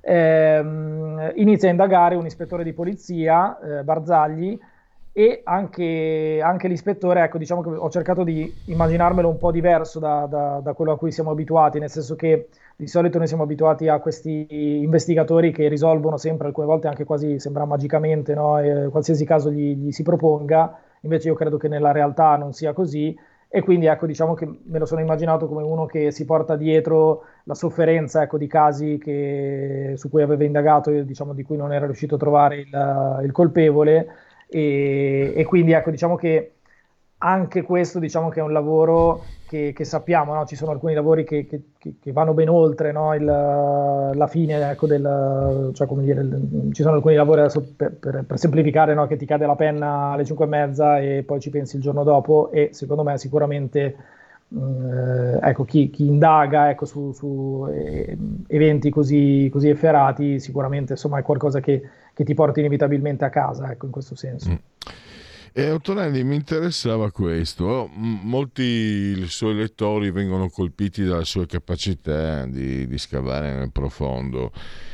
Inizia a indagare un ispettore di polizia, Barzagli, e anche l'ispettore, ecco, diciamo che ho cercato di immaginarmelo un po' diverso da quello a cui siamo abituati, nel senso che di solito noi siamo abituati a questi investigatori che risolvono sempre, alcune volte anche quasi sembra magicamente, no? Qualsiasi caso gli si proponga. Invece io credo che nella realtà non sia così. E quindi, ecco, diciamo che me lo sono immaginato come uno che si porta dietro la sofferenza, ecco, di casi su cui aveva indagato, diciamo, di cui non era riuscito a trovare il colpevole, e quindi, ecco, diciamo che anche questo, diciamo, che è un lavoro che sappiamo, no? Ci sono alcuni lavori che vanno ben oltre, no? La fine, ecco, cioè, come dire, ci sono alcuni lavori, adesso per semplificare, no? Che ti cade la penna alle 5:30 e poi ci pensi il giorno dopo, e secondo me sicuramente ecco, chi indaga, ecco, su eventi così efferati, sicuramente, insomma, è qualcosa che ti porta inevitabilmente a casa, ecco, in questo senso. Tonelli, mi interessava questo. Molti suoi lettori vengono colpiti dalle sue capacità di scavare nel profondo.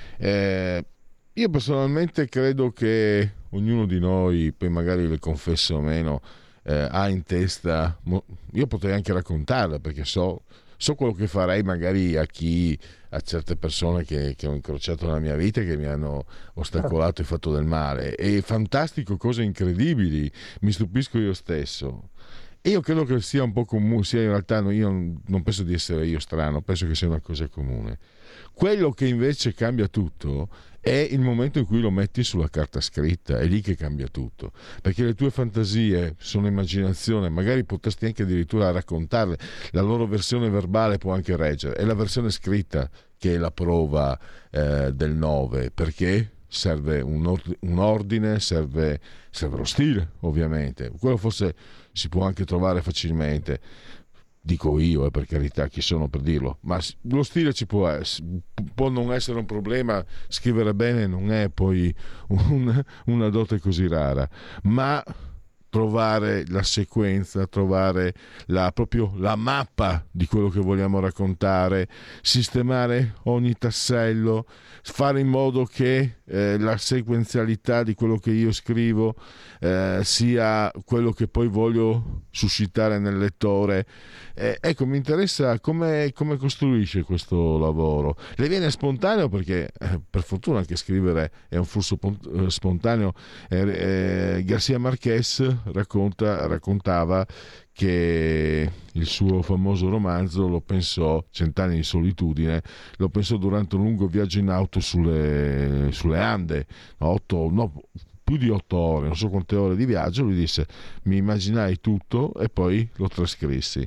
Io personalmente credo che ognuno di noi, poi magari le confesso o meno, ha in testa, io potrei anche raccontarla, perché so quello che farei magari a certe persone che ho incrociato nella mia vita, che mi hanno ostacolato e fatto del male. È fantastico, cose incredibili, mi stupisco io stesso. E io credo che sia un po' comune, sia in realtà io non penso di essere io strano, penso che sia una cosa comune. Quello che invece cambia tutto è il momento in cui lo metti sulla carta scritta, è lì che cambia tutto, perché le tue fantasie sono immaginazione, magari potresti anche addirittura raccontarle, la loro versione verbale può anche reggere, è la versione scritta che è la prova del 9, perché serve un ordine, serve lo stile, ovviamente, quello forse si può anche trovare facilmente. Dico io, per carità, chi sono per dirlo, ma lo stile ci può non essere un problema, scrivere bene non è poi una dote così rara, ma trovare la sequenza, trovare proprio la mappa di quello che vogliamo raccontare, sistemare ogni tassello, fare in modo che la sequenzialità di quello che io scrivo sia quello che poi voglio suscitare nel lettore. Ecco, mi interessa come costruisce questo lavoro. Le viene spontaneo perché per fortuna anche scrivere è un flusso spontaneo. García Márquez raccontava che il suo famoso romanzo lo pensò, Cent'anni di solitudine, lo pensò durante un lungo viaggio in auto sulle Ande, più di 8 ore, non so quante ore di viaggio. Lui disse: mi immaginai tutto e poi lo trascrissi.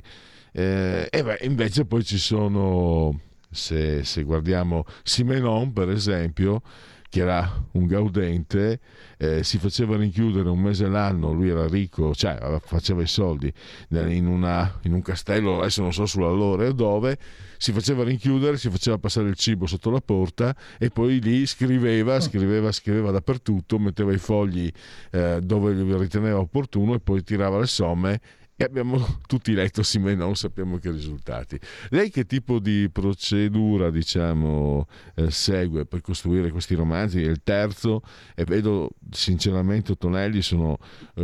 Invece poi ci sono, se guardiamo Simenon per esempio, che era un gaudente, si faceva rinchiudere un mese l'anno, lui era ricco, cioè faceva i soldi in un castello, adesso non so sulla Lore o dove, si faceva rinchiudere, si faceva passare il cibo sotto la porta e poi lì scriveva dappertutto, metteva i fogli dove li riteneva opportuno e poi tirava le somme. E abbiamo tutti letto Simenon, sappiamo che risultati. Lei che tipo di procedura, diciamo, segue per costruire questi romanzi? È il terzo e vedo sinceramente, Tonelli, sono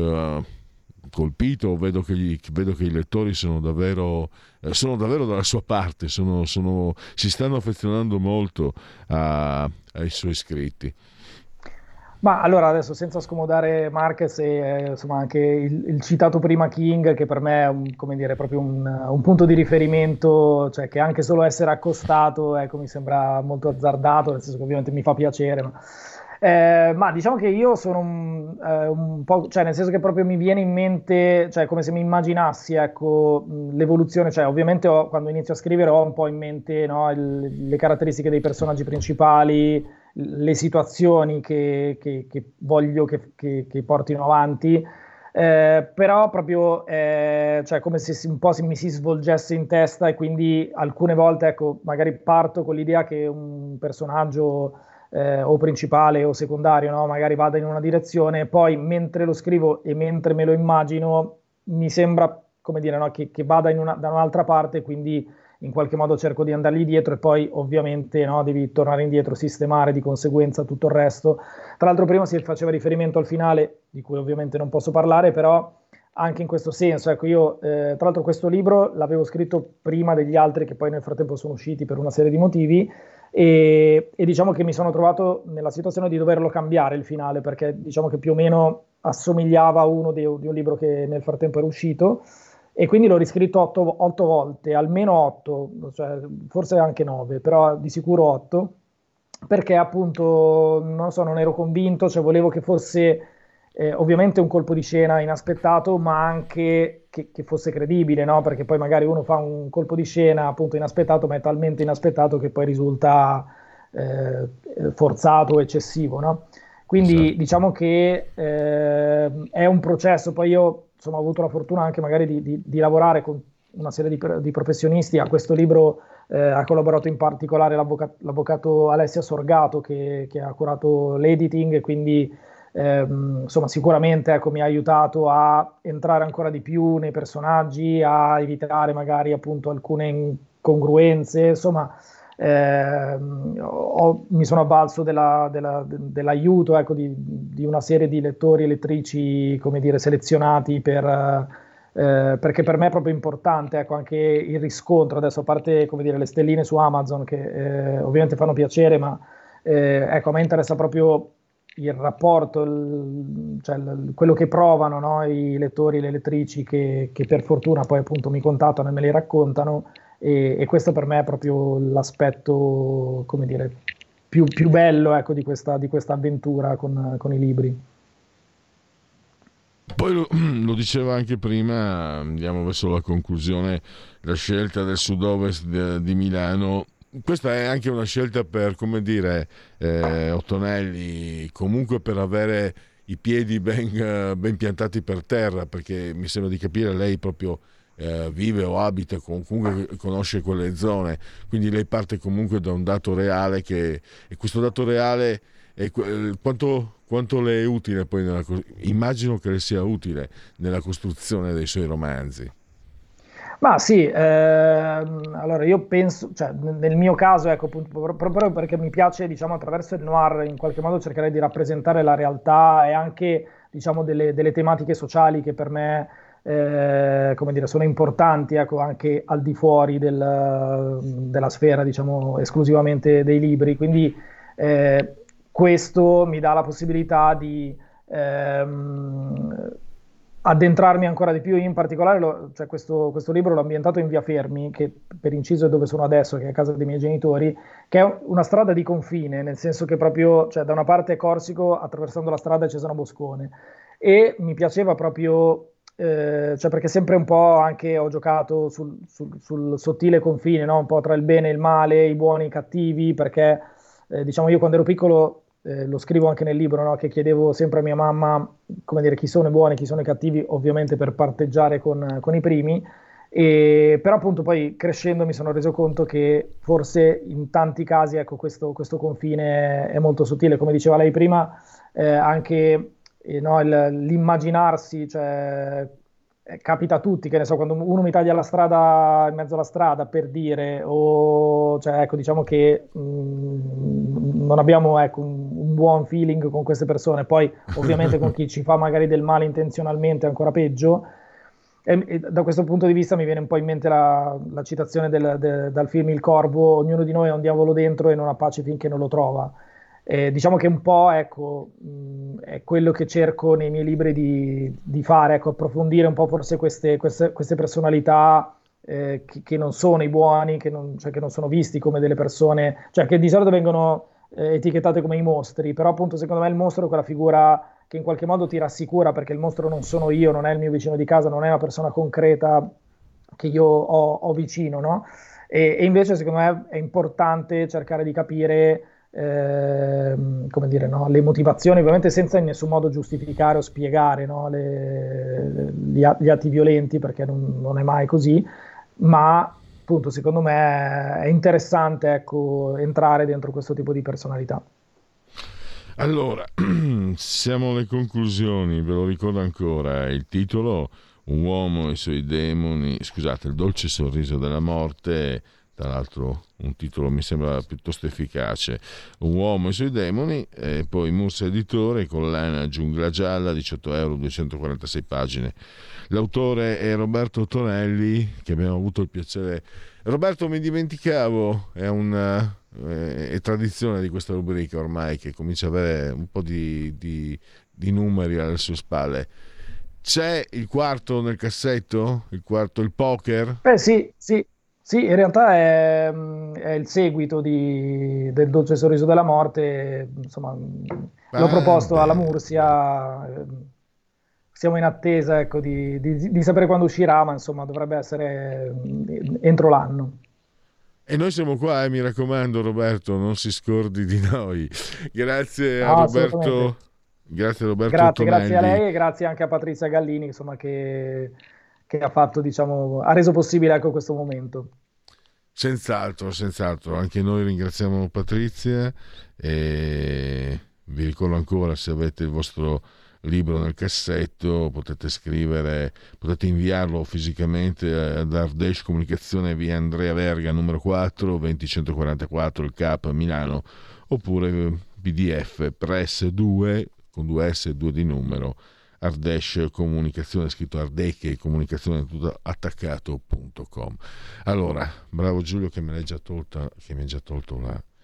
colpito, vedo che i lettori sono davvero dalla sua parte, si stanno affezionando molto ai suoi scritti. Ma allora adesso, senza scomodare Marquez e insomma anche il citato prima King, che per me è come dire, proprio un punto di riferimento, cioè che anche solo essere accostato, ecco, mi sembra molto azzardato, nel senso che ovviamente mi fa piacere, ma diciamo che io sono un po', cioè nel senso che proprio mi viene in mente, cioè come se mi immaginassi, ecco, l'evoluzione, cioè ovviamente quando inizio a scrivere ho un po' in mente, no, le caratteristiche dei personaggi principali, le situazioni che voglio che portino avanti, però proprio cioè come se un po' mi si svolgesse in testa, e quindi alcune volte, ecco, magari parto con l'idea che un personaggio o principale o secondario, no, magari vada in una direzione, poi mentre lo scrivo e mentre me lo immagino mi sembra, come dire, no, che vada da un'altra parte, quindi in qualche modo cerco di andargli dietro e poi ovviamente, no, devi tornare indietro, sistemare di conseguenza tutto il resto. Tra l'altro prima si faceva riferimento al finale, di cui ovviamente non posso parlare, però anche in questo senso, ecco, io tra l'altro questo libro l'avevo scritto prima degli altri che poi nel frattempo sono usciti per una serie di motivi, e diciamo che mi sono trovato nella situazione di doverlo cambiare il finale, perché diciamo che più o meno assomigliava a uno di un libro che nel frattempo era uscito, e quindi l'ho riscritto 8 volte, almeno 8, cioè forse anche 9, però di sicuro 8, perché appunto non ero convinto, cioè volevo che fosse ovviamente un colpo di scena inaspettato, ma anche che fosse credibile, no? Perché poi magari uno fa un colpo di scena appunto inaspettato, ma è talmente inaspettato che poi risulta forzato o eccessivo, no? Quindi esatto. Diciamo che è un processo. Poi io insomma ho avuto la fortuna anche magari di lavorare con una serie di professionisti. A questo libro ha collaborato in particolare l'avvocato Alessia Sorgato che ha curato l'editing, e quindi insomma sicuramente, ecco, mi ha aiutato a entrare ancora di più nei personaggi, a evitare magari appunto alcune incongruenze, insomma mi sono avvalso dell'aiuto, ecco, di una serie di lettori e lettrici, come dire, selezionati perché per me è proprio importante, ecco, anche il riscontro. Adesso, a parte, come dire, le stelline su Amazon che ovviamente fanno piacere, ma ecco, a me interessa proprio il rapporto, quello che provano, no, i lettori e le lettrici che per fortuna poi appunto mi contattano e me li raccontano, e questo per me è proprio l'aspetto, come dire, più bello, ecco, di questa avventura con i libri. Poi lo diceva anche prima, andiamo verso la conclusione, la scelta del sud-ovest di Milano. Questa è anche una scelta per, come dire, Ottonelli, comunque per avere i piedi ben piantati per terra, perché mi sembra di capire lei proprio vive o abita, comunque conosce quelle zone, quindi lei parte comunque da un dato reale, e questo dato reale è quanto le è utile poi immagino che le sia utile nella costruzione dei suoi romanzi. Ma sì, allora io penso, cioè nel mio caso, ecco, proprio perché mi piace, diciamo, attraverso il noir in qualche modo cercare di rappresentare la realtà e anche, diciamo, delle tematiche sociali che per me, come dire, sono importanti, ecco, anche al di fuori della sfera, diciamo, esclusivamente dei libri. Quindi questo mi dà la possibilità di addentrarmi ancora di più. In particolare cioè questo libro l'ho ambientato in via Fermi, che per inciso è dove sono adesso, che è a casa dei miei genitori, che è una strada di confine, nel senso che proprio, cioè, da una parte è Corsico, attraversando la strada è Cesano Boscone, e mi piaceva proprio, cioè perché sempre un po' anche ho giocato sul sottile confine, no? Un po' tra il bene e il male, i buoni e i cattivi, perché diciamo io quando ero piccolo, lo scrivo anche nel libro, no? Che chiedevo sempre a mia mamma, come dire, chi sono i buoni, chi sono i cattivi, ovviamente per parteggiare con i primi, però appunto poi crescendo mi sono reso conto che forse in tanti casi, ecco, questo confine è molto sottile, come diceva lei prima, anche no, l'immaginarsi, cioè capita a tutti, che ne so, quando uno mi taglia la strada in mezzo alla strada, per dire, o cioè ecco, diciamo che non abbiamo, ecco, un buon feeling con queste persone. Poi ovviamente con chi ci fa magari del male intenzionalmente è ancora peggio, e da questo punto di vista mi viene un po' in mente la citazione dal film Il Corvo: ognuno di noi ha un diavolo dentro e non ha pace finché non lo trova. Diciamo che un po', ecco, è quello che cerco nei miei libri di fare, ecco, approfondire un po' forse queste personalità che non sono i buoni, cioè che non sono visti come delle persone, cioè che di solito vengono etichettate come i mostri, però appunto secondo me il mostro è quella figura che in qualche modo ti rassicura, perché il mostro non sono io, non è il mio vicino di casa, non è una persona concreta che io ho vicino, no? E invece secondo me è importante cercare di capire come dire, no? Le motivazioni, ovviamente senza in nessun modo giustificare o spiegare, no? Gli atti violenti, perché non è mai così, ma appunto secondo me è interessante, ecco, entrare dentro questo tipo di personalità. Allora, siamo alle conclusioni, ve lo ricordo ancora, il titolo Un uomo e i suoi demoni, scusate, Il dolce sorriso della morte, tra l'altro un titolo mi sembra piuttosto efficace, Un uomo e i suoi demoni, e poi Mursa Editore, collana Giungla Gialla, 18 euro, 246 pagine. L'autore è Roberto Tonelli, che abbiamo avuto il piacere. Roberto, mi dimenticavo, è tradizione di questa rubrica ormai, che comincia a avere un po' di numeri alle sue spalle. C'è il quarto nel cassetto? Il poker? Sì, in realtà è il seguito del dolce sorriso della morte, insomma, l'ho proposto alla Mursia, siamo in attesa, ecco, di sapere quando uscirà, ma insomma dovrebbe essere entro l'anno. E noi siamo qua, mi raccomando Roberto, non si scordi di noi. Grazie a Roberto. Grazie Roberto Tonelli. Grazie a lei e grazie anche a Patrizia Gallini, insomma, che ha fatto, diciamo, ha reso possibile, ecco, questo momento. Senz'altro, anche noi ringraziamo Patrizia e vi ricordo ancora, se avete il vostro libro nel cassetto potete scrivere, potete inviarlo fisicamente ad Ardèche Comunicazione, via Andrea Verga numero 4 20144 il Cap Milano, oppure PDF Press 2 con 2S e 2 di numero, Ardèche Comunicazione, scritto Ardèche Comunicazione tutto attaccato.com. Allora, bravo Giulio che mi ha già tolto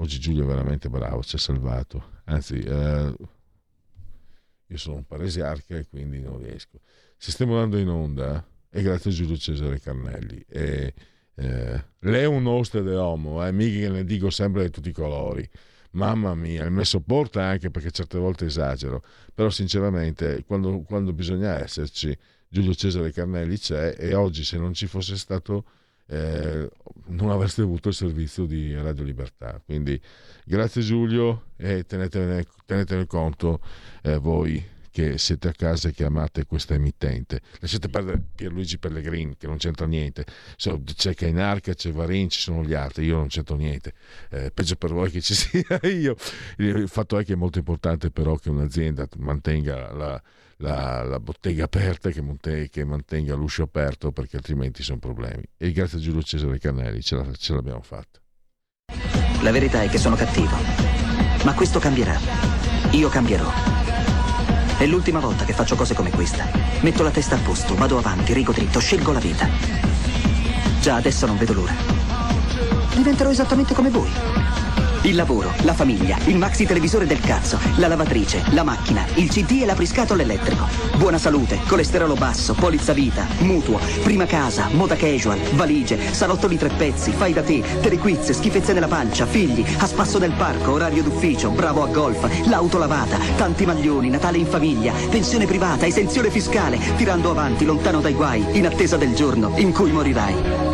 Oggi Giulio è veramente bravo, ci ha salvato. Anzi, io sono un paresiarca e quindi non riesco. Se stiamo andando in onda è grazie a Giulio Cesare Carnelli. Lei è un oste de homo, mica ne dico sempre di tutti i colori. Mamma mia, me sopporta anche perché certe volte esagero, però sinceramente quando bisogna esserci, Giulio Cesare Carnelli c'è, e oggi se non ci fosse stato non avreste avuto il servizio di Radio Libertà. Quindi grazie Giulio, e tenetene conto voi che siete a casa e che amate questa emittente. Lasciate perdere Pierluigi Pellegrini, che non c'entra niente. C'è Cainarca, c'è Varin, ci sono gli altri, io non c'entro niente. Peggio per voi che ci sia io. Il fatto è che è molto importante però che un'azienda mantenga la bottega aperta, che mantenga l'uscio aperto, perché altrimenti sono problemi. E grazie a Giulio Cesare Carnelli ce l'abbiamo fatta. La verità è che sono cattivo, ma questo cambierà. Io cambierò. È l'ultima volta che faccio cose come questa. Metto la testa a posto, vado avanti, rigo dritto, scelgo la vita. Già adesso non vedo l'ora. Diventerò esattamente come voi. Il lavoro, la famiglia, il maxi televisore del cazzo, la lavatrice, la macchina, il CD e l'apriscatole elettrico. Buona salute, colesterolo basso, polizza vita, mutuo, prima casa, moda casual, valigie, salottoli 3 pezzi, fai da te, telequiz, schifezze nella pancia, figli, a spasso nel parco, orario d'ufficio, bravo a golf, l'auto lavata, tanti maglioni, Natale in famiglia, pensione privata, esenzione fiscale, tirando avanti, lontano dai guai, in attesa del giorno in cui morirai.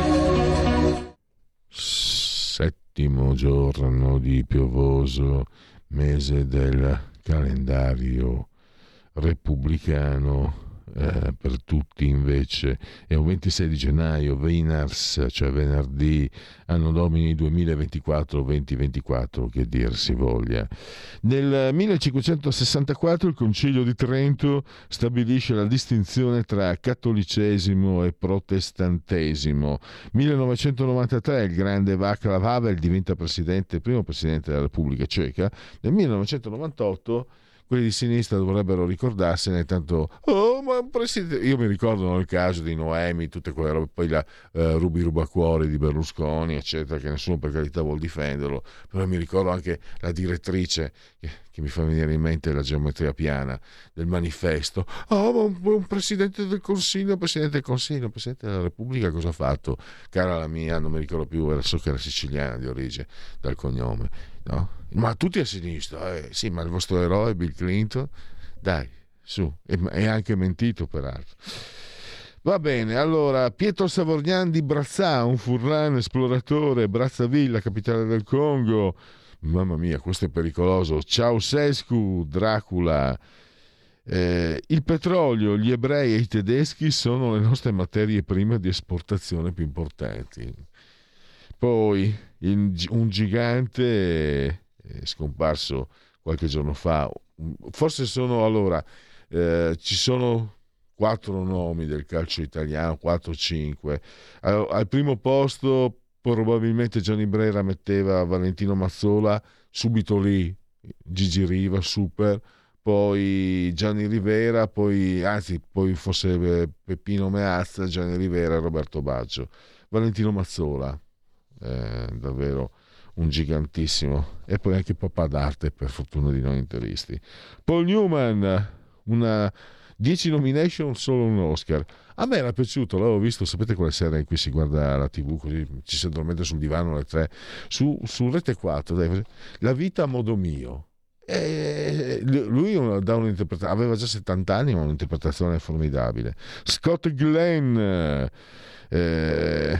Settimo giorno di piovoso mese del calendario repubblicano. Per tutti invece è un 26 di gennaio, Venars, cioè venerdì, anno domini 2024, che dir si voglia. Nel 1564 il Concilio di Trento stabilisce la distinzione tra cattolicesimo e protestantesimo. 1993 il grande Václav Havel diventa primo presidente della Repubblica Ceca. Nel 1998 quelli di sinistra dovrebbero ricordarsene, tanto ma presidente, io mi ricordo nel caso di Noemi, tutte quelle robe, poi la rubacuori di Berlusconi, eccetera, che nessuno per carità vuol difenderlo, però mi ricordo anche la direttrice che mi fa venire in mente la geometria piana del manifesto. Ma un presidente del Consiglio, presidente della Repubblica cosa ha fatto? Cara la mia, non mi ricordo più, so che era siciliana di origine, dal cognome, no? Ma tutti a sinistra, sì, ma il vostro eroe Bill Clinton, dai, su, è anche mentito peraltro. Va bene, allora Pietro Savorgnan di Brazza, un furlan esploratore, Brazzaville, capitale del Congo. Mamma mia, questo è pericoloso. Ceausescu, Dracula. Il petrolio, gli ebrei e i tedeschi sono le nostre materie prime di esportazione più importanti. Poi un gigante scomparso qualche giorno fa, forse ci sono 4 nomi del calcio italiano, 4-5. Al primo posto probabilmente Gianni Brera metteva Valentino Mazzola, subito lì Gigi Riva, super, poi Gianni Rivera, poi fosse Peppino Meazza, Gianni Rivera e Roberto Baggio. Valentino Mazzola, davvero un gigantissimo, e poi anche papà d'arte, per fortuna di noi interisti. Paul Newman, 10 nomination, solo un Oscar. A me era piaciuto, l'avevo visto, sapete quelle sere in cui si guarda la TV così, ci si addormenta sul divano alle 3 su Rete 4, dai, La vita a modo mio. E lui aveva già 70 anni, ma un'interpretazione formidabile. Scott Glenn, che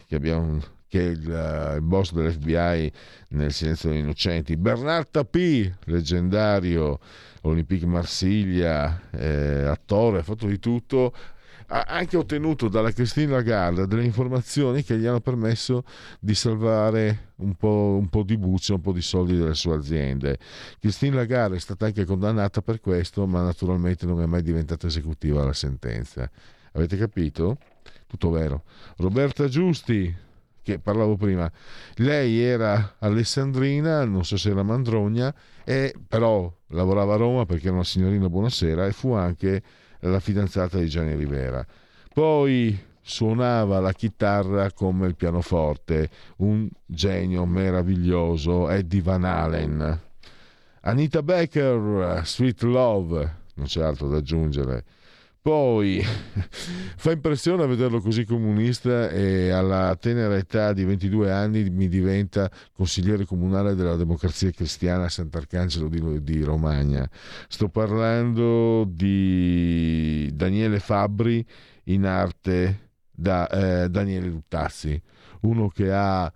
è il boss dell'FBI nel Silenzio degli Innocenti. Bernard Tapie, leggendario, Olympique Marsiglia, attore, ha fatto di tutto. Ha anche ottenuto dalla Christine Lagarde delle informazioni che gli hanno permesso di salvare un po' di bucce, un po' di soldi delle sue aziende. Christine Lagarde è stata anche condannata per questo, ma naturalmente non è mai diventata esecutiva la sentenza. Avete capito? Tutto vero. Roberta Giusti, che parlavo prima, lei era alessandrina, non so se era mandrogna, però lavorava a Roma perché era una signorina buonasera, e fu anche la fidanzata di Gianni Rivera. Poi suonava la chitarra come il pianoforte, un genio meraviglioso, Eddie Van Halen. Anita Baker, Sweet Love, non c'è altro da aggiungere. Poi fa impressione vederlo così comunista e alla tenera età di 22 anni mi diventa consigliere comunale della Democrazia Cristiana a Sant'Arcangelo di Romagna. Sto parlando di Daniele Fabbri, in arte da Daniele Luttazzi, uno che ha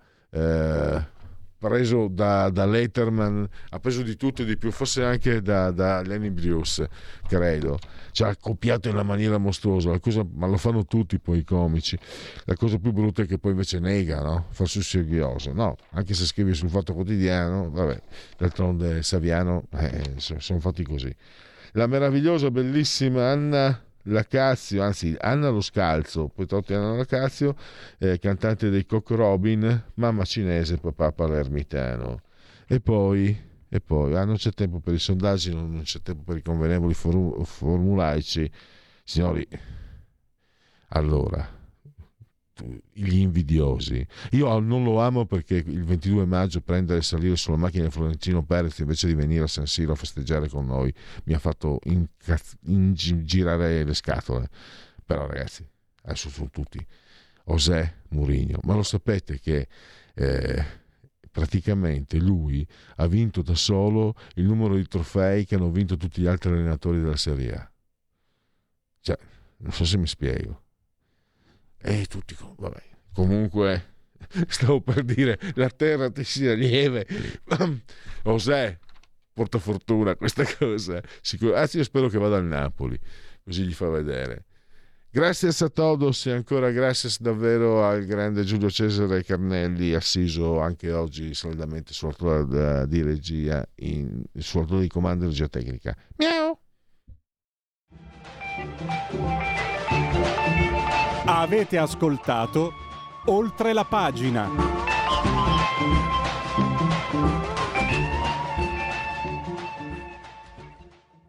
preso da Letterman, ha preso di tutto e di più, forse anche da Lenny Bruce, credo. Ci ha copiato in una maniera mostruosa, ma lo fanno tutti poi i comici. La cosa più brutta è che poi invece nega, no? Fa sul serioso, no? Anche se scrivi sul Fatto Quotidiano, vabbè, d'altronde Saviano, sono fatti così. La meravigliosa, bellissima Anna Lacazio, anzi Anna Lo Scalzo, poi tolti Anna Lacazio, cantante dei Cock Robin, mamma cinese, papà palermitano. E poi non c'è tempo per i sondaggi, non c'è tempo per i convenevoli formulaici, signori. Allora, gli invidiosi, io non lo amo perché il 22 maggio prendere e salire sulla macchina di Florentino Perez invece di venire a San Siro a festeggiare con noi mi ha fatto girare le scatole. Però ragazzi, adesso sono tutti José Mourinho, ma lo sapete che praticamente lui ha vinto da solo il numero di trofei che hanno vinto tutti gli altri allenatori della Serie A. Cioè, non so se mi spiego. E tutti, vabbè, comunque stavo per dire la terra ti sia lieve. José, porta fortuna questa cosa. Anzi, io spero che vada al Napoli, così gli fa vedere. Grazie a todos e ancora grazie davvero al grande Giulio Cesare Carnelli, assiso anche oggi saldamente sull'orto di regia, sull'orto di comando di regia tecnica. Miau! Avete ascoltato Oltre la pagina.